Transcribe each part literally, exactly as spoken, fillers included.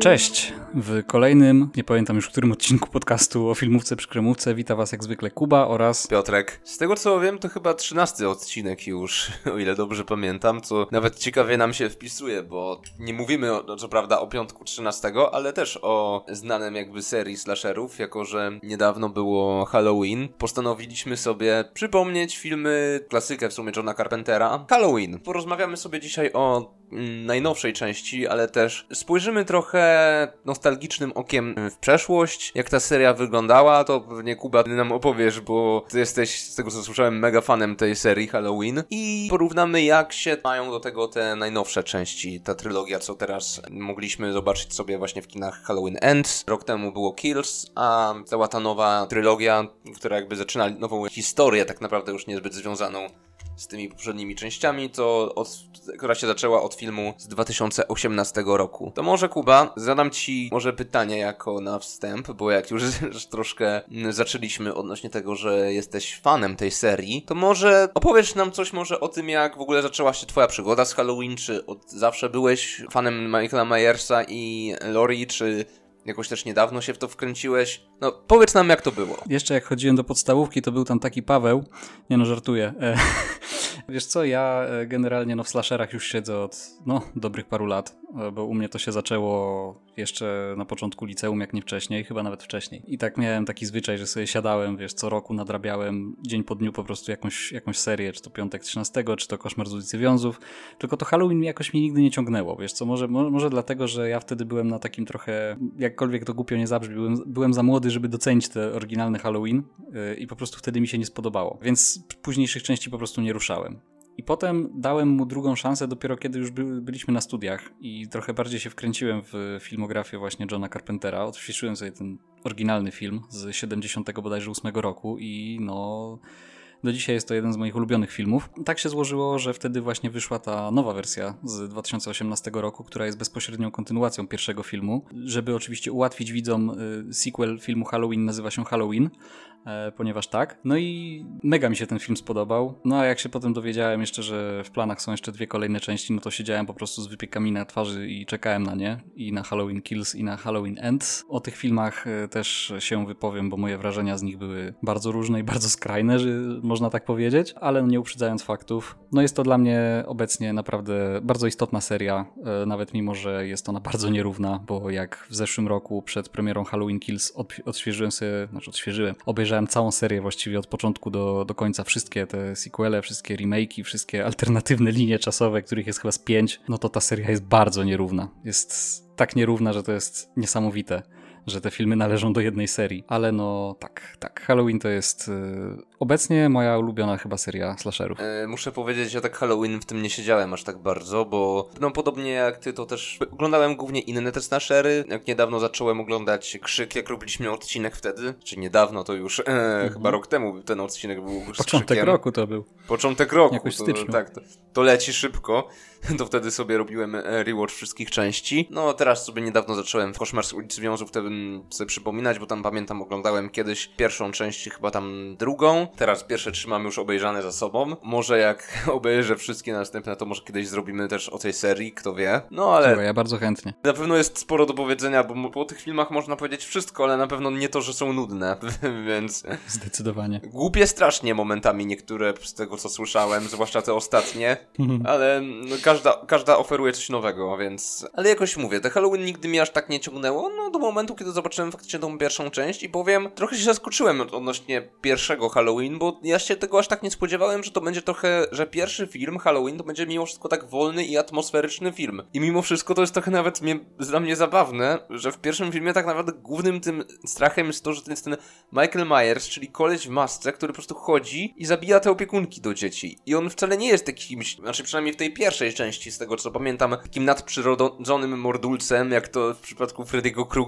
Cześć! W kolejnym, nie pamiętam już w którym odcinku podcastu o filmówce przy kremówce wita was jak zwykle Kuba oraz Piotrek. Z tego co wiem, to chyba trzynasty odcinek już, o ile dobrze pamiętam, co nawet ciekawie nam się wpisuje, bo nie mówimy o, co prawda o piątku trzynastego, ale też o znanym jakby serii slasherów, jako że niedawno było Halloween. Postanowiliśmy sobie przypomnieć filmy, klasykę w sumie Johna Carpentera, Halloween. Porozmawiamy sobie dzisiaj o mm, najnowszej części, ale też spojrzymy trochę nostalgicznym okiem w przeszłość, jak ta seria wyglądała, to pewnie Kuba ty nam opowiesz, bo ty jesteś, z tego co słyszałem, mega fanem tej serii Halloween i porównamy, jak się mają do tego te najnowsze części, ta trylogia, co teraz mogliśmy zobaczyć sobie właśnie w kinach Halloween Ends. Rok temu było Kills, a cała ta nowa trylogia, która jakby zaczyna nową historię, tak naprawdę już niezbyt związaną z tymi poprzednimi częściami, to od, która się zaczęła od filmu z dwa tysiące osiemnastego roku. To może, Kuba, zadam ci może pytanie jako na wstęp, bo jak już, już troszkę zaczęliśmy odnośnie tego, że jesteś fanem tej serii, to może opowiesz nam coś może o tym, jak w ogóle zaczęła się twoja przygoda z Halloween, czy od zawsze byłeś fanem Michaela Myersa i Laurie, czy jakoś też niedawno się w to wkręciłeś? No, powiedz nam, jak to było. Jeszcze jak chodziłem do podstawówki, to był tam taki Paweł. Nie no, żartuję. E, wiesz co, ja generalnie no w slasherach już siedzę od no dobrych paru lat, bo u mnie to się zaczęło jeszcze na początku liceum, jak nie wcześniej, chyba nawet wcześniej. I tak miałem taki zwyczaj, że sobie siadałem, wiesz, co roku nadrabiałem dzień po dniu po prostu jakąś, jakąś serię, czy to Piątek trzynastego, czy to Koszmar z ulicy Wiązów. Tylko to Halloween jakoś mnie nigdy nie ciągnęło, wiesz co, może, może dlatego, że ja wtedy byłem na takim trochę, jakkolwiek to głupio nie zabrzmi, byłem, byłem za młody, żeby docenić te oryginalne Halloween yy, i po prostu wtedy mi się nie spodobało. Więc późniejszych części po prostu nie ruszałem. I potem dałem mu drugą szansę dopiero kiedy już by, byliśmy na studiach i trochę bardziej się wkręciłem w filmografię właśnie Johna Carpentera. Odświeżyłem sobie ten oryginalny film z siedemdziesiątego bodajże ósmego roku i no do dzisiaj jest to jeden z moich ulubionych filmów. Tak się złożyło, że wtedy właśnie wyszła ta nowa wersja z dwa tysiące osiemnastego roku, która jest bezpośrednią kontynuacją pierwszego filmu. Żeby oczywiście ułatwić widzom, sequel filmu Halloween nazywa się Halloween, ponieważ tak. No i mega mi się ten film spodobał. No a jak się potem dowiedziałem jeszcze, że w planach są jeszcze dwie kolejne części, no to siedziałem po prostu z wypiekami na twarzy i czekałem na nie. I na Halloween Kills, i na Halloween Ends. O tych filmach też się wypowiem, bo moje wrażenia z nich były bardzo różne i bardzo skrajne, że można tak powiedzieć, ale nie uprzedzając faktów. No jest to dla mnie obecnie naprawdę bardzo istotna seria, nawet mimo, że jest ona bardzo nierówna, bo jak w zeszłym roku przed premierą Halloween Kills od, odświeżyłem sobie, znaczy odświeżyłem, obejrzałem całą serię właściwie od początku do, do końca, wszystkie te sequele, wszystkie remake'i, wszystkie alternatywne linie czasowe, których jest chyba z pięć, no to ta seria jest bardzo nierówna. Jest tak nierówna, że to jest niesamowite, że te filmy należą do jednej serii. Ale no tak, tak. Halloween to jest yy, obecnie moja ulubiona chyba seria slasherów. Yy, muszę powiedzieć, że tak Halloween w tym nie siedziałem aż tak bardzo, bo no podobnie jak ty, to też oglądałem głównie inne te slashery. Jak niedawno zacząłem oglądać Krzyk, jak robiliśmy odcinek wtedy, czy niedawno, to już e, mhm. chyba rok temu ten odcinek był z Początek Krzykiem. roku to był. Początek roku. Jakoś w to, styczniu. Tak, to, to leci szybko. To wtedy sobie robiłem rewatch wszystkich części. No teraz sobie niedawno zacząłem Koszmar z ulicy Wiązów wtedy sobie przypominać, bo tam pamiętam oglądałem kiedyś pierwszą część, chyba tam drugą. Teraz pierwsze trzy mam już obejrzane za sobą. Może jak obejrzę wszystkie następne, to może kiedyś zrobimy też o tej serii, kto wie. No ale Dobra, ja bardzo chętnie. Na pewno jest sporo do powiedzenia, bo po tych filmach można powiedzieć wszystko, ale na pewno nie to, że są nudne, więc zdecydowanie. Głupie strasznie momentami niektóre z tego, co słyszałem, zwłaszcza te ostatnie, ale no, każda, każda oferuje coś nowego, więc... Ale jakoś mówię, te Halloween nigdy mnie aż tak nie ciągnęło, no do momentu, kiedy zobaczyłem faktycznie tą pierwszą część i powiem, trochę się zaskoczyłem odnośnie pierwszego Halloween, bo ja się tego aż tak nie spodziewałem, że to będzie trochę, że pierwszy film Halloween to będzie mimo wszystko tak wolny i atmosferyczny film. I mimo wszystko to jest trochę nawet mnie, dla mnie zabawne, że w pierwszym filmie tak naprawdę głównym tym strachem jest to, że to jest ten Michael Myers, czyli koleś w masce, który po prostu chodzi i zabija te opiekunki do dzieci. I on wcale nie jest jakimś, znaczy przynajmniej w tej pierwszej części, z tego co pamiętam, takim nadprzyrodzonym mordulcem, jak to w przypadku Freddy'ego Krugera,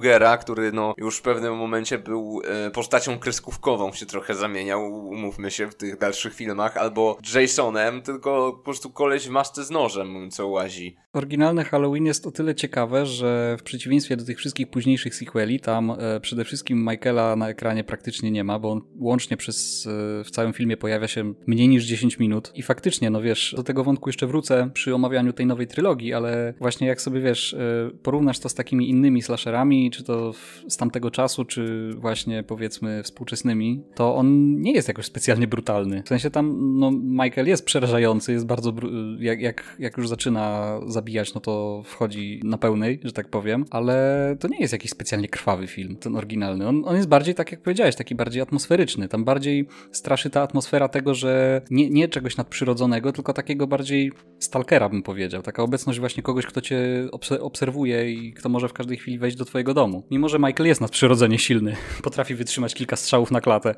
który no już w pewnym momencie był e, postacią kreskówkową, się trochę zamieniał, umówmy się, w tych dalszych filmach, albo Jasonem, tylko po prostu koleś w masce z nożem, co łazi. Oryginalne Halloween jest o tyle ciekawe, że w przeciwieństwie do tych wszystkich późniejszych sequeli, tam e, przede wszystkim Michaela na ekranie praktycznie nie ma, bo on łącznie przez e, w całym filmie pojawia się mniej niż dziesięć minut i faktycznie, no wiesz, do tego wątku jeszcze wrócę przy omawianiu tej nowej trylogii, ale właśnie jak sobie, wiesz, e, porównasz to z takimi innymi slasherami, czy to w, z tamtego czasu, czy właśnie powiedzmy współczesnymi, to on nie jest jakoś specjalnie brutalny. W sensie tam, no Michael jest przerażający, jest bardzo, bru- jak, jak, jak już zaczyna zabijać, no to wchodzi na pełnej, że tak powiem, ale to nie jest jakiś specjalnie krwawy film, ten oryginalny. On, on jest bardziej, tak jak powiedziałeś, taki bardziej atmosferyczny. Tam bardziej straszy ta atmosfera tego, że nie, nie czegoś nadprzyrodzonego, tylko takiego bardziej stalkera, bym powiedział. Taka obecność właśnie kogoś, kto cię obs- obserwuje i kto może w każdej chwili wejść do twojego domu. Mimo że Michael jest nadprzyrodzenie silny, potrafi wytrzymać kilka strzałów na klatę.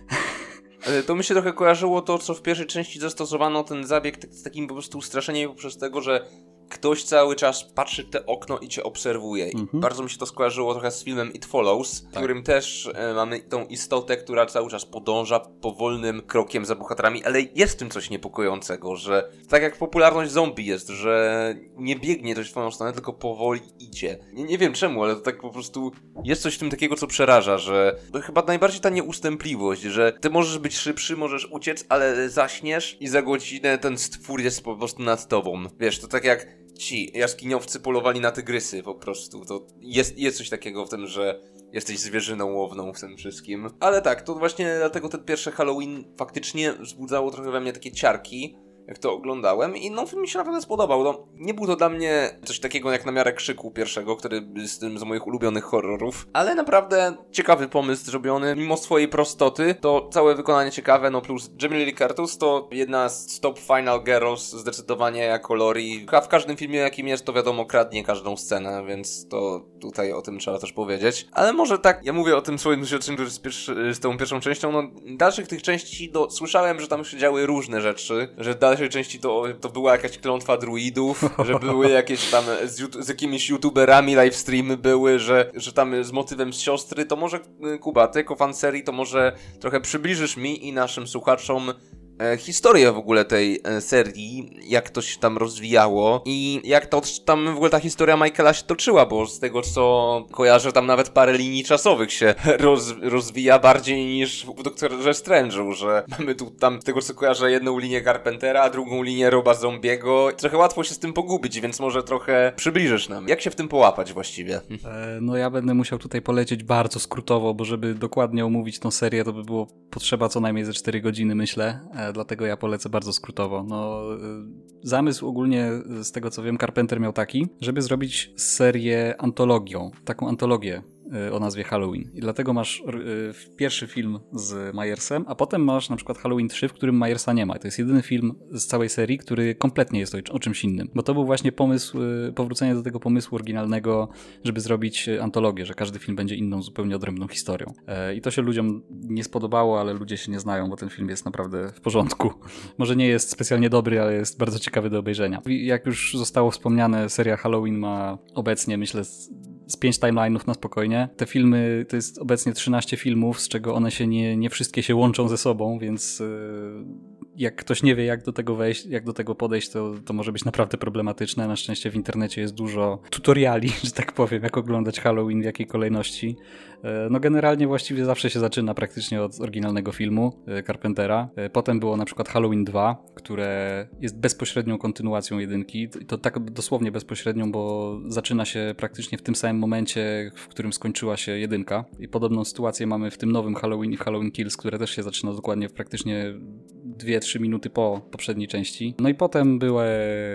To mi się trochę kojarzyło to, co w pierwszej części zastosowano, ten zabieg tak, z takim po prostu straszeniem poprzez tego, że ktoś cały czas patrzy w te okno i cię obserwuje. I mhm. bardzo mi się to skojarzyło trochę z filmem It Follows, tak. w którym też e, mamy tą istotę, która cały czas podąża powolnym krokiem za bohaterami, ale jest w tym coś niepokojącego, że tak jak popularność zombie jest, że nie biegnie coś w twoją stronę, tylko powoli idzie. Nie, nie wiem czemu, ale to tak po prostu jest coś w tym takiego, co przeraża, że to chyba najbardziej ta nieustępliwość, że ty możesz być szybszy, możesz uciec, ale zaśniesz i za godzinę ten stwór jest po prostu nad tobą. Wiesz, to tak jak ci jaskiniowcy polowali na tygrysy po prostu. To jest, jest coś takiego w tym, że jesteś zwierzyną łowną w tym wszystkim. Ale tak, to właśnie dlatego ten pierwszy Halloween faktycznie wzbudzało trochę we mnie takie ciarki, jak to oglądałem i no film mi się naprawdę spodobał. No, nie był to dla mnie coś takiego jak Na miarę krzyku pierwszego, który jest tym z moich ulubionych horrorów, ale naprawdę ciekawy pomysł zrobiony. Mimo swojej prostoty, to całe wykonanie ciekawe, no plus Jamie Lee Curtis to jedna z top final girls zdecydowanie jako Lori. A w każdym filmie jakim jest, to wiadomo, kradnie każdą scenę, więc to tutaj o tym trzeba też powiedzieć. Ale może tak, ja mówię o tym swoim doświadczeniu, który z, pierwszy, z tą pierwszą częścią, no dalszych tych części, no, słyszałem, że tam się działy różne rzeczy, że dalej w dalszej części to, to była jakaś klątwa druidów, że były jakieś tam z, z jakimiś youtuberami livestreamy były, że, że tam z motywem z siostry, to może Kuba, ty jako fan serii, to może trochę przybliżysz mi i naszym słuchaczom e, historię w ogóle tej e, serii, jak to się tam rozwijało i jak to tam w ogóle ta historia Michaela się toczyła, bo z tego co kojarzę, tam nawet parę linii czasowych się roz, rozwija bardziej niż w Doktorze Strange'u, że mamy tu tam z tego co kojarzę jedną linię Carpentera, a drugą linię Roba Zombiego. Trochę łatwo się z tym pogubić, więc może trochę przybliżysz nam. Jak się w tym połapać właściwie? E, no ja będę musiał tutaj polecieć bardzo skrótowo, bo żeby dokładnie omówić tą serię, to by było potrzeba co najmniej ze cztery godziny, myślę. E, dlatego ja polecę bardzo skrótowo. No, e, zamysł ogólnie, z tego co wiem, Carpenter miał taki, żeby zrobić serię antologią. Taką antologię o nazwie Halloween. I dlatego masz y, pierwszy film z Myersem, a potem masz na przykład Halloween trzy, w którym Myersa nie ma. To jest jedyny film z całej serii, który kompletnie jest o, o czymś innym. Bo to był właśnie pomysł, y, powrócenie do tego pomysłu oryginalnego, żeby zrobić antologię, że każdy film będzie inną, zupełnie odrębną historią. E, I to się ludziom nie spodobało, ale ludzie się nie znają, bo ten film jest naprawdę w porządku. Może nie jest specjalnie dobry, ale jest bardzo ciekawy do obejrzenia. I jak już zostało wspomniane, seria Halloween ma obecnie, myślę, z pięć timeline'ów na spokojnie. Te filmy, to jest obecnie trzynaście filmów, z czego one się nie, nie wszystkie się łączą ze sobą, więc yy, jak ktoś nie wie, jak do tego wejść, jak do tego podejść, to, to może być naprawdę problematyczne. Na szczęście w internecie jest dużo tutoriali, że tak powiem, jak oglądać Halloween, w jakiej kolejności. Yy, no generalnie właściwie zawsze się zaczyna praktycznie od oryginalnego filmu yy, Carpentera. Yy, potem było na przykład Halloween dwa, które jest bezpośrednią kontynuacją jedynki. I to tak dosłownie bezpośrednią, bo zaczyna się praktycznie w tym samym momencie, w którym skończyła się jedynka. I podobną sytuację mamy w tym nowym Halloween i w Halloween Kills, które też się zaczyna dokładnie w praktycznie dwie trzy minuty po poprzedniej części. No i potem były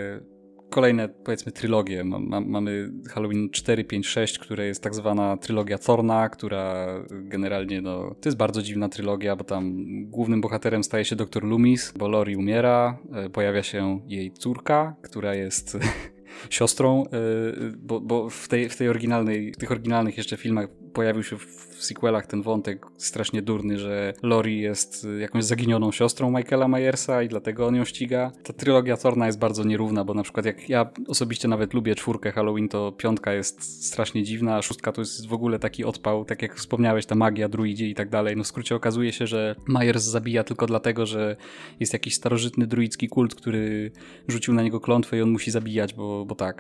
kolejne, powiedzmy, trylogie. Mamy Halloween cztery, pięć, sześć, które jest tak zwana trylogia Thorna, która generalnie, no, to jest bardzo dziwna trylogia, bo tam głównym bohaterem staje się doktor Loomis, bo Lori umiera, pojawia się jej córka, która jest siostrą, bo, bo w, tej, w tej oryginalnej, w tych oryginalnych jeszcze filmach pojawił się w w sequelach ten wątek strasznie durny, że Laurie jest jakąś zaginioną siostrą Michaela Myersa i dlatego on ją ściga. Ta trylogia Thorna jest bardzo nierówna, bo na przykład jak ja osobiście nawet lubię czwórkę Halloween, to piątka jest strasznie dziwna, a szóstka to jest w ogóle taki odpał, tak jak wspomniałeś, ta magia, druidzi i tak dalej. No w skrócie okazuje się, że Myers zabija tylko dlatego, że jest jakiś starożytny druicki kult, który rzucił na niego klątwę i on musi zabijać, bo, bo tak.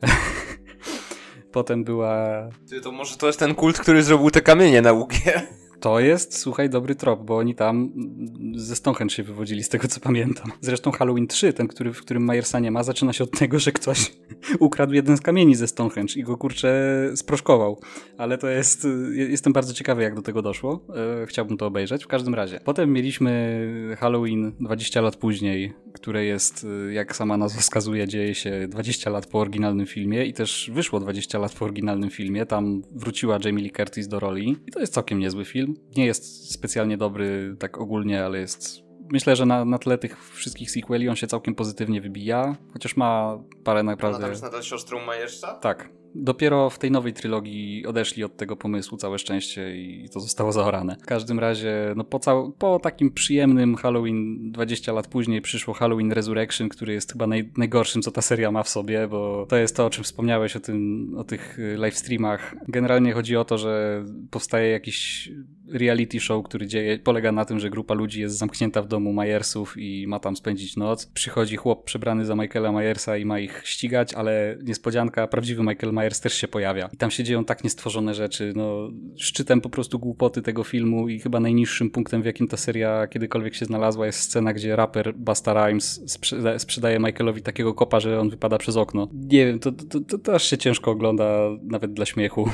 Potem była... Ty, to może to jest ten kult, który zrobił te kamienie na ługie? To jest, słuchaj, dobry trop, bo oni tam ze Stonehenge się wywodzili, z tego co pamiętam. Zresztą Halloween trzy, ten, który, w którym Myersa nie ma, zaczyna się od tego, że ktoś ukradł jeden z kamieni ze Stonehenge i go, kurczę, sproszkował. Ale to jest... Jestem bardzo ciekawy, jak do tego doszło. Chciałbym to obejrzeć. W każdym razie. Potem mieliśmy Halloween dwadzieścia lat później, które jest, jak sama nazwa wskazuje, dzieje się dwadzieścia lat po oryginalnym filmie i też wyszło dwadzieścia lat po oryginalnym filmie. Tam wróciła Jamie Lee Curtis do roli i to jest całkiem niezły film. Nie jest specjalnie dobry tak ogólnie, ale jest... Myślę, że na, na tle tych wszystkich sequeli on się całkiem pozytywnie wybija, chociaż ma parę naprawdę... Ona tam jest nadal siostrą Myersa? Tak. Dopiero w tej nowej trylogii odeszli od tego pomysłu, całe szczęście, i to zostało zaorane. W każdym razie, no po, cał... po takim przyjemnym Halloween dwadzieścia lat później przyszło Halloween Resurrection, który jest chyba naj... najgorszym, co ta seria ma w sobie, bo to jest to, o czym wspomniałeś, o tym, o tych livestreamach. Generalnie chodzi o to, że powstaje jakiś reality show, który dzieje, polega na tym, że grupa ludzi jest zamknięta w domu Myersów i ma tam spędzić noc. Przychodzi chłop przebrany za Michaela Myersa i ma ich ścigać, ale niespodzianka, prawdziwy Michael Myers też się pojawia. I tam się dzieją tak niestworzone rzeczy. No, szczytem po prostu głupoty tego filmu i chyba najniższym punktem, w jakim ta seria kiedykolwiek się znalazła, jest scena, gdzie raper Busta Rhymes sprzeda- sprzedaje Michaelowi takiego kopa, że on wypada przez okno. Nie wiem, to, to, to, to aż się ciężko ogląda, nawet dla śmiechu.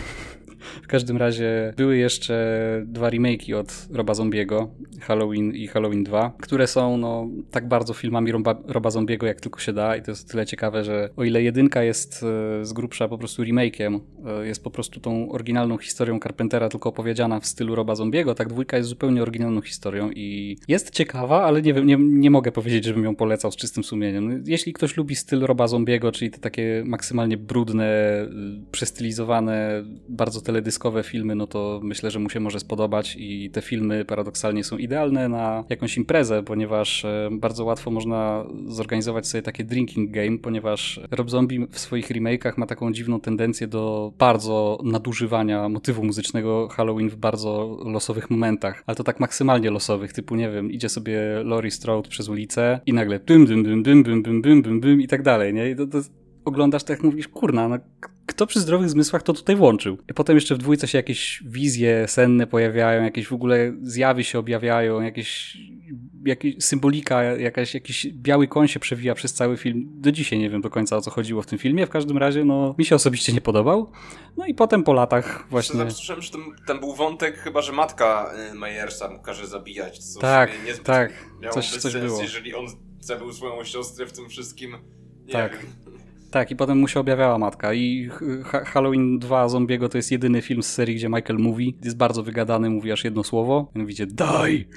W każdym razie były jeszcze dwa remake'i od Roba Zombiego, Halloween i Halloween dwa, które są no tak bardzo filmami Roba, Roba Zombiego, jak tylko się da, i to jest tyle ciekawe, że o ile jedynka jest z grubsza po prostu remake'iem, jest po prostu tą oryginalną historią Carpentera, tylko opowiedziana w stylu Roba Zombiego, tak dwójka jest zupełnie oryginalną historią i jest ciekawa, ale nie wiem, nie, nie mogę powiedzieć, żebym ją polecał z czystym sumieniem. Jeśli ktoś lubi styl Roba Zombiego, czyli te takie maksymalnie brudne, przestylizowane, bardzo teledyskowe filmy, no to myślę, że mu się może spodobać i te filmy paradoksalnie są idealne na jakąś imprezę, ponieważ bardzo łatwo można zorganizować sobie takie drinking game, ponieważ Rob Zombie w swoich remake'ach ma taką dziwną tendencję do bardzo nadużywania motywu muzycznego Halloween w bardzo losowych momentach, ale to tak maksymalnie losowych, typu nie wiem, idzie sobie Laurie Strode przez ulicę i nagle dym, dym, dym, dym, dym, dym, dym, dym, dym i tak dalej, nie? I to, to oglądasz tak, mówisz, kurna, no kto przy zdrowych zmysłach to tutaj włączył? I potem jeszcze w dwójce się jakieś wizje senne pojawiają, jakieś w ogóle zjawy się objawiają, jakieś, jakieś symbolika, jakaś, jakiś biały koń się przewija przez cały film. Do dzisiaj nie wiem do końca, o co chodziło w tym filmie. W każdym razie, no, mi się osobiście nie podobał. No i potem po latach właśnie... Słyszałem, że tam, tam był wątek chyba, że matka Myersa mu każe zabijać. Co tak, niezbyt tak. Miało Coś, coś coś sens, było. Jeżeli on zabił swoją siostrę w tym wszystkim. Nie tak. wiem. Tak, i potem mu się objawiała matka. I ha- Halloween dwa Zombiego to jest jedyny film z serii, gdzie Michael mówi. Jest bardzo wygadany, mówi aż jedno słowo. Mianowicie daj!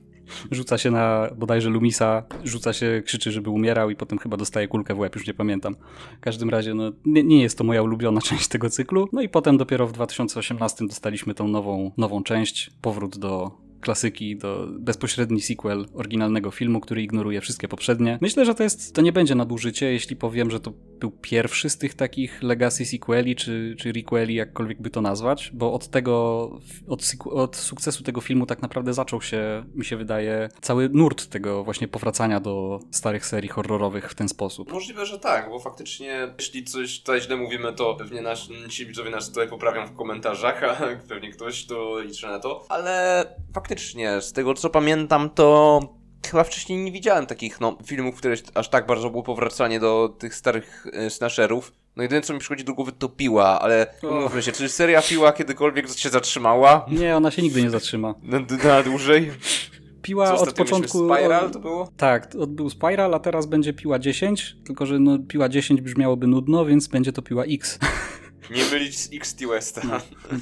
Rzuca się na bodajże Lumisa, rzuca się, krzyczy, żeby umierał i potem chyba dostaje kulkę w łeb, już nie pamiętam. W każdym razie no, nie, nie jest to moja ulubiona część tego cyklu. No i potem dopiero w dwa tysiące osiemnastym dostaliśmy tą nową, nową część. Powrót do klasyki, to bezpośredni sequel oryginalnego filmu, który ignoruje wszystkie poprzednie. Myślę, że to jest, to nie będzie nadużycie, jeśli powiem, że to był pierwszy z tych takich legacy sequeli, czy, czy requeli, jakkolwiek by to nazwać, bo od tego, od, od sukcesu tego filmu tak naprawdę zaczął się, mi się wydaje, cały nurt tego właśnie powracania do starych serii horrorowych w ten sposób. Możliwe, że tak, bo faktycznie jeśli coś tutaj źle mówimy, to pewnie nasi, nasi widzowie nas tutaj poprawią w komentarzach, a pewnie ktoś, to liczę na to, ale faktycznie, z tego co pamiętam, to chyba wcześniej nie widziałem takich no, filmów, które aż tak bardzo było powracanie do tych starych y, slasherów. No jedyne co mi przychodzi do głowy to Piła, ale umówmy się, czy seria Piła kiedykolwiek się zatrzymała? Nie, ona się nigdy nie zatrzyma. Na, na dłużej? Piła od początku... Spiral to było? Tak, był Spiral, a teraz będzie Piła dziesięć, tylko że no, Piła dziesięć brzmiałoby nudno, więc będzie to Piła X. Nie mylić z X T Westa. No.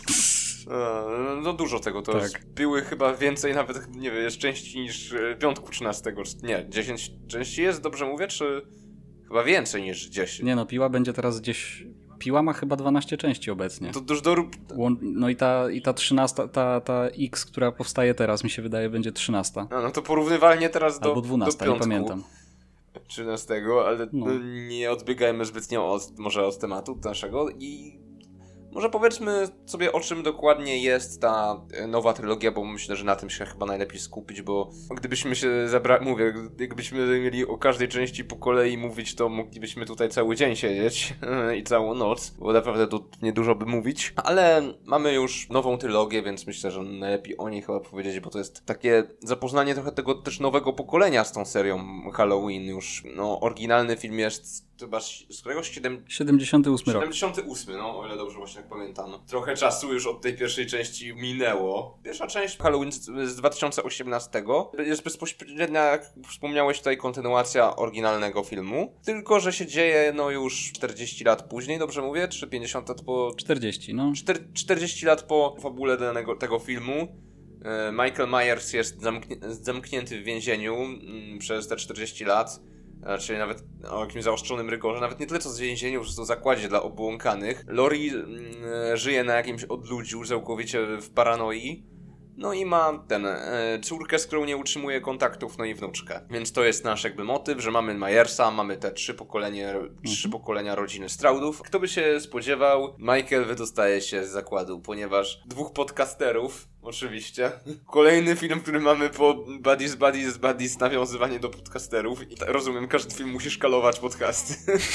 No dużo tego, to tak. Były chyba więcej nawet, nie wiem, jest części niż piątku trzynastego, nie, dziesięć części jest, dobrze mówię, czy chyba więcej niż dziesięć? Nie no, Piła będzie teraz gdzieś Piła ma chyba dwanaście części obecnie. To już do... No i ta, i ta trzynasta, ta, ta X, która powstaje teraz, mi się wydaje, będzie trzynasta. No, no to porównywalnie teraz do Albo dwunasta, do nie pamiętam. trzynastego, ale no. nie odbiegajmy zbytnio od, może od tematu naszego i może powiedzmy sobie, o czym dokładnie jest ta nowa trylogia, bo myślę, że na tym się chyba najlepiej skupić, bo gdybyśmy się zabra... mówię, jakbyśmy mieli o każdej części po kolei mówić, to moglibyśmy tutaj cały dzień siedzieć i całą noc, bo naprawdę tu niedużo by mówić, ale mamy już nową trylogię, więc myślę, że najlepiej o niej chyba powiedzieć, bo to jest takie zapoznanie trochę tego też nowego pokolenia z tą serią Halloween już. No, oryginalny film jest chyba z któregoś? siedemdziesiąty ósmy rok. siedemdziesiąty ósmy, no, o ile dobrze właśnie pamiętam. Trochę czasu już od tej pierwszej części minęło. Pierwsza część Halloween z dwa tysiące osiemnastego jest bezpośrednia, jak wspomniałeś tutaj, kontynuacja oryginalnego filmu. Tylko że się dzieje, no już czterdzieści lat później, dobrze mówię? Czy pięćdziesiąt lat po... czterdzieści, no. czterdzieści lat po fabule danego, tego filmu. Michael Myers jest zamknie, zamknięty w więzieniu mm, przez te czterdzieści lat. Czyli nawet o jakimś zaostrzonym rygorze, nawet nie tyle co z więzieniu, po prostu zakładzie dla obłąkanych. Laurie mm, żyje na jakimś odludziu, całkowicie w paranoi. No i ma ten, e, córkę, z którą nie utrzymuje kontaktów, no i wnuczkę. Więc to jest nasz jakby motyw, że mamy Myersa, mamy te trzy pokolenie, mhm. trzy pokolenia rodziny Stroudów. Kto by się spodziewał, Michael wydostaje się z zakładu, ponieważ dwóch podcasterów, oczywiście. Kolejny film, który mamy po Buddies, Buddies, Buddies, nawiązywanie do podcasterów. I tak, rozumiem, każdy film musi szkalować podcasty.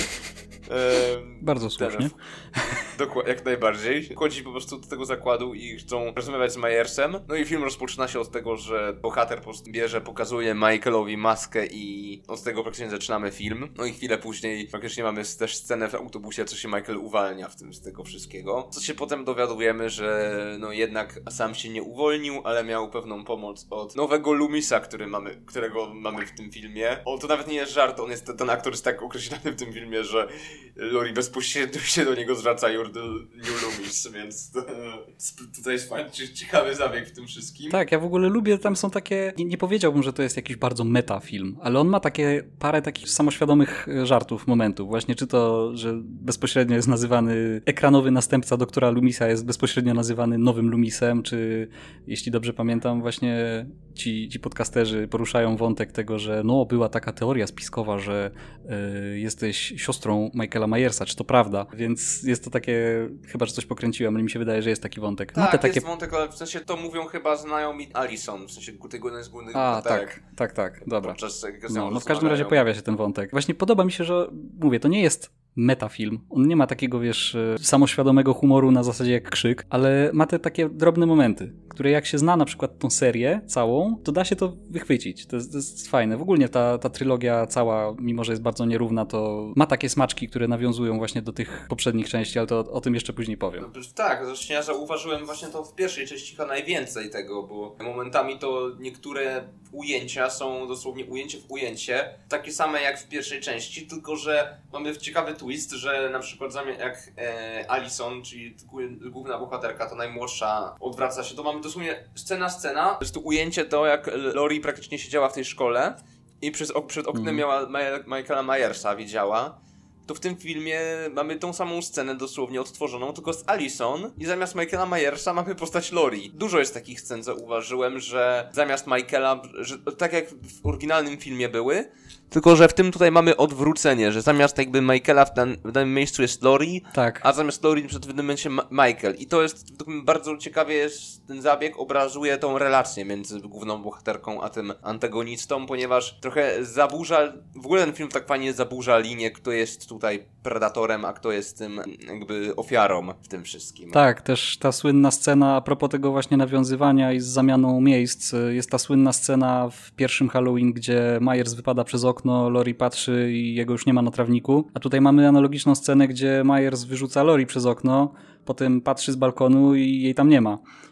ehm, Bardzo słusznie. Dokładnie, jak najbardziej. Chodzi po prostu do tego zakładu i chcą rozmawiać z Myersem. No i film rozpoczyna się od tego, że bohater po prostu bierze, pokazuje Michaelowi maskę i od tego praktycznie zaczynamy film. No i chwilę później praktycznie mamy też scenę w autobusie, co się Michael uwalnia w tym z tego wszystkiego. Co się potem dowiadujemy, że no jednak sam się nie uwolnił, ale miał pewną pomoc od nowego Loomisa, który mamy, którego mamy w tym filmie. On to nawet nie jest żart, on jest, ten aktor jest tak określany w tym filmie, że Laurie bezpośrednio się do niego zwraca, you're the new Loomis, więc to, tutaj jest fajny, ciekawy zabieg w tym wszystkim. Tak, ja w ogóle lubię, tam są takie, nie, nie powiedziałbym, że to jest jakiś bardzo meta film, ale on ma takie parę takich samoświadomych żartów, momentów. Właśnie czy to, że bezpośrednio jest nazywany ekranowy następca doktora Loomisa jest bezpośrednio nazywany nowym Loomisem, czy jeśli dobrze pamiętam, właśnie ci, ci podcasterzy poruszają wątek tego, że no była taka teoria spiskowa, że y, jesteś siostrą Michaela Myersa, czy to prawda? Więc jest to takie, chyba, że coś pokręciłem, ale mi się wydaje, że jest taki wątek. Tak, no, te jest takie... wątek, ale w sensie to mówią chyba znajomi Alison, w sensie tego jeden z głównych A, tak, tak, tak, dobra. No, no w każdym razie pojawia się ten wątek. Właśnie podoba mi się, że, mówię, to nie jest metafilm. On nie ma takiego, wiesz, samoświadomego humoru na zasadzie jak Krzyk, ale ma te takie drobne momenty, które jak się zna na przykład tą serię całą, to da się to wychwycić. To jest, to jest fajne. W ogóle ta, ta trylogia cała, mimo że jest bardzo nierówna, to ma takie smaczki, które nawiązują właśnie do tych poprzednich części, ale to o, o tym jeszcze później powiem. No, tak, zresztą ja zauważyłem właśnie to w pierwszej części chyba najwięcej tego, bo momentami to niektóre ujęcia są dosłownie ujęcie w ujęcie, takie same jak w pierwszej części, tylko że mamy ciekawy twist, że na przykład jak e, Alison, czyli główna bohaterka, ta najmłodsza, odwraca się, to mamy dosłownie scena, scena, to jest tu ujęcie to, jak Laurie praktycznie siedziała w tej szkole i przez, przed oknem mm. miała Michaela Myersa, widziała. To w tym filmie mamy tą samą scenę dosłownie odtworzoną, tylko z Alison i zamiast Michaela Myersa mamy postać Laurie. Dużo jest takich scen, zauważyłem, że zamiast Michaela, że tak jak w oryginalnym filmie były, tylko że w tym tutaj mamy odwrócenie, że zamiast jakby Michaela w, dan- w danym miejscu jest Laurie, tak. a zamiast Laurie w tym momencie Ma- Michael. I to jest, bardzo ciekawie jest, ten zabieg obrazuje tą relację między główną bohaterką a tym antagonistą, ponieważ trochę zaburza, w ogóle ten film tak fajnie zaburza linię, kto jest tutaj predatorem, a kto jest tym jakby ofiarą w tym wszystkim. Tak, też ta słynna scena, a propos tego właśnie nawiązywania i z zamianą miejsc, jest ta słynna scena w pierwszym Halloween, gdzie Myers wypada przez okno, Laurie patrzy i jego już nie ma na trawniku, a tutaj mamy analogiczną scenę, gdzie Myers wyrzuca Laurie przez okno, potem patrzy z balkonu i jej tam nie ma.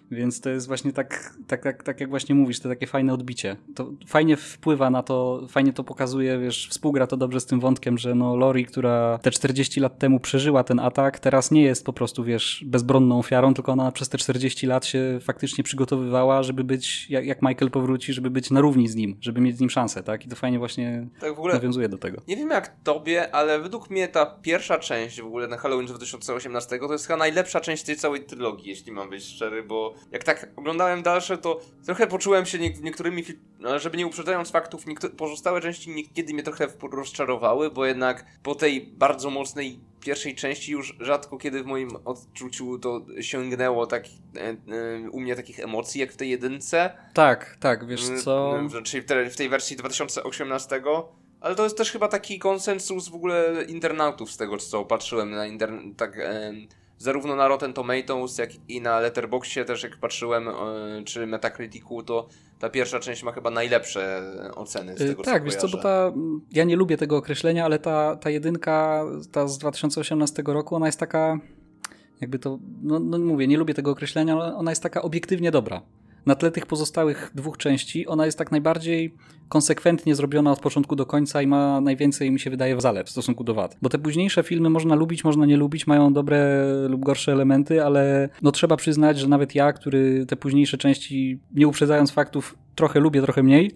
Więc to jest właśnie tak, tak, tak, tak jak właśnie mówisz, to takie fajne odbicie. To fajnie wpływa na to, fajnie to pokazuje, wiesz, współgra to dobrze z tym wątkiem, że no Lori, która te czterdzieści lat temu przeżyła ten atak, teraz nie jest po prostu, wiesz, bezbronną ofiarą, tylko ona przez te czterdzieści lat się faktycznie przygotowywała, żeby być, jak, jak Michael powróci, żeby być na równi z nim, żeby mieć z nim szansę, tak? I to fajnie właśnie tak w ogóle nawiązuje do tego. Nie wiem jak tobie, ale według mnie ta pierwsza część w ogóle na Halloween dwa tysiące osiemnastego to jest chyba najlepsza część tej całej trylogii, jeśli mam być szczery, bo jak tak oglądałem dalsze, to trochę poczułem się nie, niektórymi, ale żeby nie uprzedzając faktów, niektóre, pozostałe części niekiedy mnie trochę rozczarowały, bo jednak po tej bardzo mocnej pierwszej części już rzadko kiedy w moim odczuciu to sięgnęło tak, e, e, u mnie takich emocji jak w tej jedynce. Tak, tak, wiesz co... Czyli w tej, w tej wersji dwa tysiące osiemnastego. Ale to jest też chyba taki konsensus w ogóle internautów z tego, co patrzyłem na internet, tak... E, zarówno na Rotten Tomatoes, jak i na Letterboxdzie też jak patrzyłem, yy, czy Metacriticu, to ta pierwsza część ma chyba najlepsze oceny z tego, yy, co tak, wiesz co, bo ta, ja nie lubię tego określenia, ale ta, ta jedynka, ta z dwa tysiące osiemnastego roku, ona jest taka, jakby to, no, no mówię, nie lubię tego określenia, ale ona jest taka obiektywnie dobra. Na tle tych pozostałych dwóch części ona jest tak najbardziej konsekwentnie zrobiona od początku do końca i ma najwięcej, mi się wydaje, zalet w stosunku do wad. Bo te późniejsze filmy można lubić, można nie lubić, mają dobre lub gorsze elementy, ale no trzeba przyznać, że nawet ja, który te późniejsze części, nie uprzedzając faktów, trochę lubię, trochę mniej,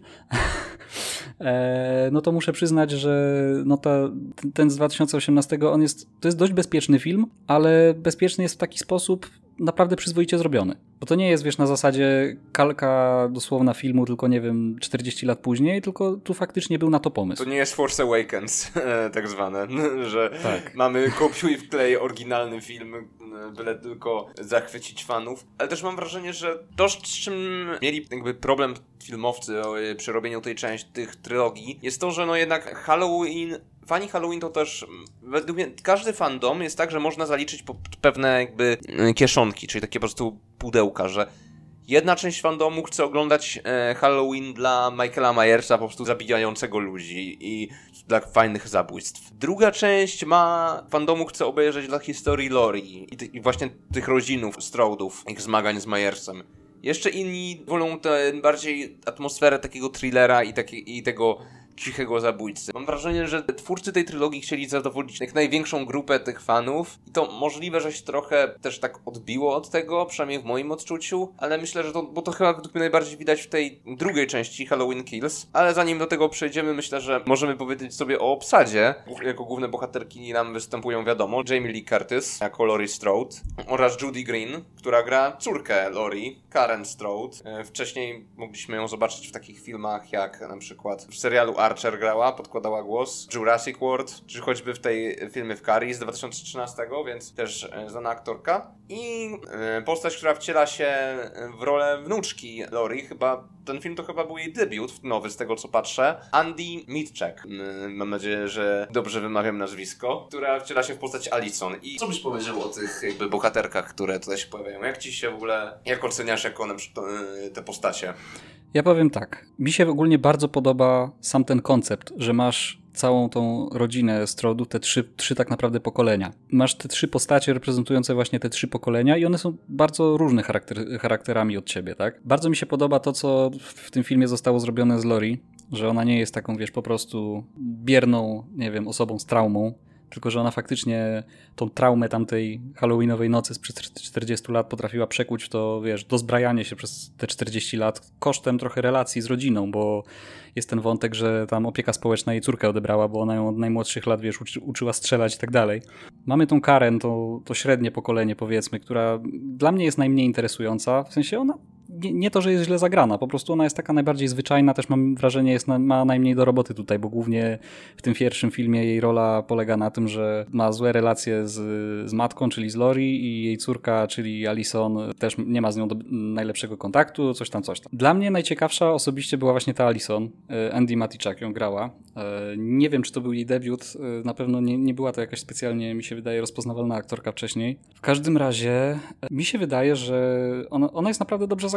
no to muszę przyznać, że no ta, ten z dwa tysiące osiemnastego, on jest, to jest dość bezpieczny film, ale bezpieczny jest w taki sposób naprawdę przyzwoicie zrobiony. Bo to nie jest, wiesz, na zasadzie kalka dosłowna filmu, tylko nie wiem, czterdzieści lat później, tylko tu faktycznie był na to pomysł. To nie jest Force Awakens, tak zwane, że tak. Mamy kopiuj i wklej oryginalny film, byle tylko zachwycić fanów. Ale też mam wrażenie, że to, z czym mieli jakby problem filmowcy przy robieniu tej części, tych trylogii, jest to, że no jednak Halloween... Fani Halloween to też, według mnie, każdy fandom jest tak, że można zaliczyć po pewne jakby kieszonki, czyli takie po prostu pudełka, że jedna część fandomu chce oglądać e, Halloween dla Michaela Myersa, po prostu zabijającego ludzi i dla fajnych zabójstw. Druga część ma fandomu chce obejrzeć dla historii Lori i, ty, i właśnie tych rodzinów, Stroudów, ich zmagań z Myersem. Jeszcze inni wolą tę bardziej atmosferę takiego thrillera i, taki, i tego cichego zabójcy. Mam wrażenie, że twórcy tej trylogii chcieli zadowolić jak największą grupę tych fanów i to możliwe, że się trochę też tak odbiło od tego, przynajmniej w moim odczuciu, ale myślę, że to, bo to chyba według mnie najbardziej widać w tej drugiej części Halloween Kills, ale zanim do tego przejdziemy, myślę, że możemy powiedzieć sobie o obsadzie. Jako główne bohaterki nam występują, wiadomo, Jamie Lee Curtis jako Laurie Strode oraz Judy Green, która gra córkę Laurie, Karen Strode. Wcześniej mogliśmy ją zobaczyć w takich filmach jak na przykład w serialu Archer grała, podkładała głos, Jurassic World, czy choćby w tej filmie w Carrie z dwa tysiące trzynastego, więc też znana aktorka. I postać, która wciela się w rolę wnuczki Laurie, chyba ten film to chyba był jej debiut nowy, z tego co patrzę. Andy Mitchell. Mam nadzieję, że dobrze wymawiam nazwisko. Która wciela się w postać Alison. I co byś powiedział o tych jakby bohaterkach, które tutaj się pojawiają? Jak ci się w ogóle, jak oceniasz jako na przykład te postacie? Ja powiem tak. Mi się ogólnie bardzo podoba sam ten koncept, że masz całą tą rodzinę Stroudów, te trzy, trzy tak naprawdę pokolenia. Masz te trzy postacie reprezentujące właśnie te trzy pokolenia i one są bardzo różne charakter, charakterami od siebie, tak? Bardzo mi się podoba to, co w tym filmie zostało zrobione z Laurie, że ona nie jest taką, wiesz, po prostu bierną, nie wiem, osobą z traumą, tylko że ona faktycznie tą traumę tamtej halloweenowej nocy sprzed czterdziestu lat potrafiła przekuć w to, wiesz, dozbrajanie się przez te czterdzieści lat kosztem trochę relacji z rodziną, bo jest ten wątek, że tam opieka społeczna jej córkę odebrała, bo ona ją od najmłodszych lat, wiesz, uczy, uczyła strzelać i tak dalej. Mamy tą Karen, to, to średnie pokolenie, powiedzmy, która dla mnie jest najmniej interesująca, w sensie ona Nie, nie to, że jest źle zagrana, po prostu ona jest taka najbardziej zwyczajna, też mam wrażenie, jest na, ma najmniej do roboty tutaj, bo głównie w tym pierwszym filmie jej rola polega na tym, że ma złe relacje z, z matką, czyli z Laurie, i jej córka, czyli Alison, też nie ma z nią do, najlepszego kontaktu, coś tam, coś tam. Dla mnie najciekawsza osobiście była właśnie ta Alison, Andy Matichak ją grała. Nie wiem, czy to był jej debiut, na pewno nie, nie była to jakaś specjalnie, mi się wydaje, rozpoznawalna aktorka wcześniej. W każdym razie mi się wydaje, że ona, ona jest naprawdę dobrze zagrana.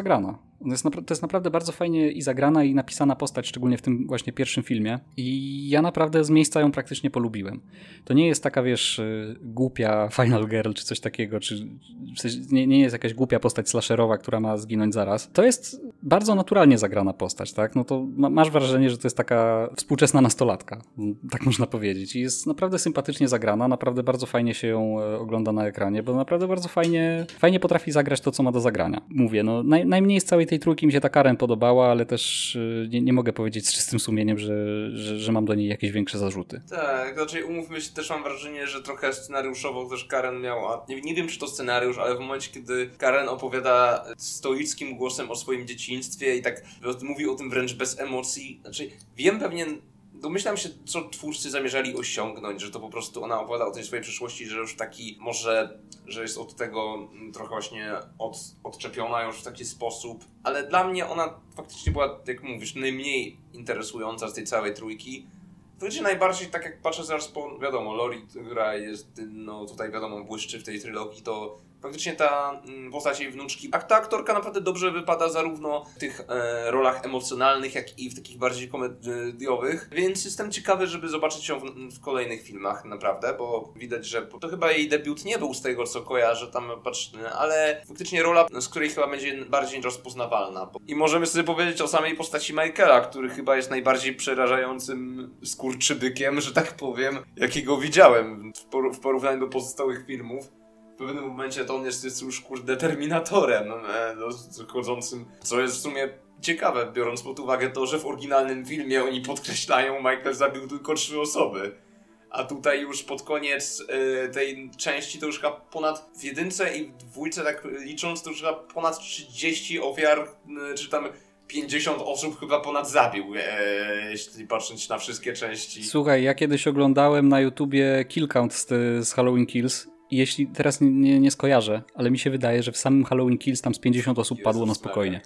zagrana. To jest, to jest naprawdę bardzo fajnie i zagrana, i napisana postać, szczególnie w tym właśnie pierwszym filmie. I ja naprawdę z miejsca ją praktycznie polubiłem. To nie jest taka, wiesz, głupia Final Girl, czy coś takiego, czy w sensie nie, nie jest jakaś głupia postać slasherowa, która ma zginąć zaraz. To jest bardzo naturalnie zagrana postać, tak? No to ma, masz wrażenie, że to jest taka współczesna nastolatka, tak można powiedzieć. I jest naprawdę sympatycznie zagrana, naprawdę bardzo fajnie się ją ogląda na ekranie, bo naprawdę bardzo fajnie, fajnie potrafi zagrać to, co ma do zagrania. Mówię, no naj, najmniej z całej tej trójki mi się ta Karen podobała, ale też nie, nie mogę powiedzieć z czystym sumieniem, że, że, że mam do niej jakieś większe zarzuty. Tak, raczej umówmy się, też mam wrażenie, że trochę scenariuszowo też Karen miała, nie, nie wiem czy to scenariusz, ale w momencie, kiedy Karen opowiada stoickim głosem o swoim dzieciństwie i tak mówi o tym wręcz bez emocji, znaczy wiem pewnie, domyślam się, co twórcy zamierzali osiągnąć, że to po prostu ona opowiada o tej swojej przyszłości, że już taki może, że jest od tego trochę właśnie od, odczepiona już w taki sposób, ale dla mnie ona faktycznie była, jak mówisz, najmniej interesująca z tej całej trójki. Faktycznie najbardziej, tak jak patrzę zaraz po, wiadomo, Lori, która jest, no tutaj wiadomo, błyszczy w tej trylogii, to faktycznie ta mm, postać jej wnuczki, a ta aktorka naprawdę dobrze wypada zarówno w tych e, rolach emocjonalnych, jak i w takich bardziej komediowych, więc jestem ciekawy, żeby zobaczyć ją w, w kolejnych filmach, naprawdę, bo widać, że to chyba jej debiut nie był z tego, co kojarzę tam, patrz, ale faktycznie rola, z której chyba będzie bardziej rozpoznawalna. I możemy sobie powiedzieć o samej postaci Michaela, który chyba jest najbardziej przerażającym skurczybykiem, że tak powiem, jakiego widziałem w, por- w porównaniu do pozostałych filmów. W pewnym momencie to on jest, jest już kurde Terminatorem e, no, chodzącym, co jest w sumie ciekawe, biorąc pod uwagę to, że w oryginalnym filmie oni podkreślają, Michael zabił tylko trzy osoby. A tutaj już pod koniec e, tej części to już chyba ponad, w jedynce i w dwójce tak licząc, to już chyba ponad trzydzieści ofiar, e, czy tam pięćdziesiąt osób chyba ponad zabił, e, jeśli patrzeć na wszystkie części. Słuchaj, ja kiedyś oglądałem na YouTubie Kill Count z, z Halloween Kills. Jeśli teraz nie, nie, nie skojarzę, ale mi się wydaje, że w samym Halloween Kills tam z pięćdziesiąt osób Jezus padło na spokojnie.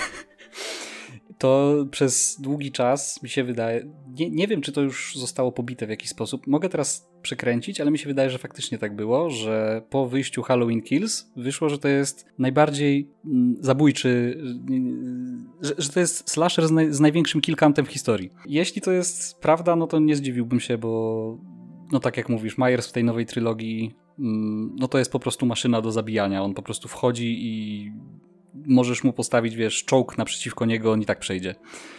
To przez długi czas mi się wydaje, nie, nie wiem czy to już zostało pobite w jakiś sposób, mogę teraz przekręcić, ale mi się wydaje, że faktycznie tak było, że po wyjściu Halloween Kills wyszło, że to jest najbardziej mm, zabójczy, y, że, że to jest slasher z, naj, z największym kill countem w historii. Jeśli to jest prawda, no to nie zdziwiłbym się, bo no tak jak mówisz, Myers w tej nowej trylogii no to jest po prostu maszyna do zabijania. On po prostu wchodzi i możesz mu postawić, wiesz, czołg naprzeciwko niego, on i tak przejdzie.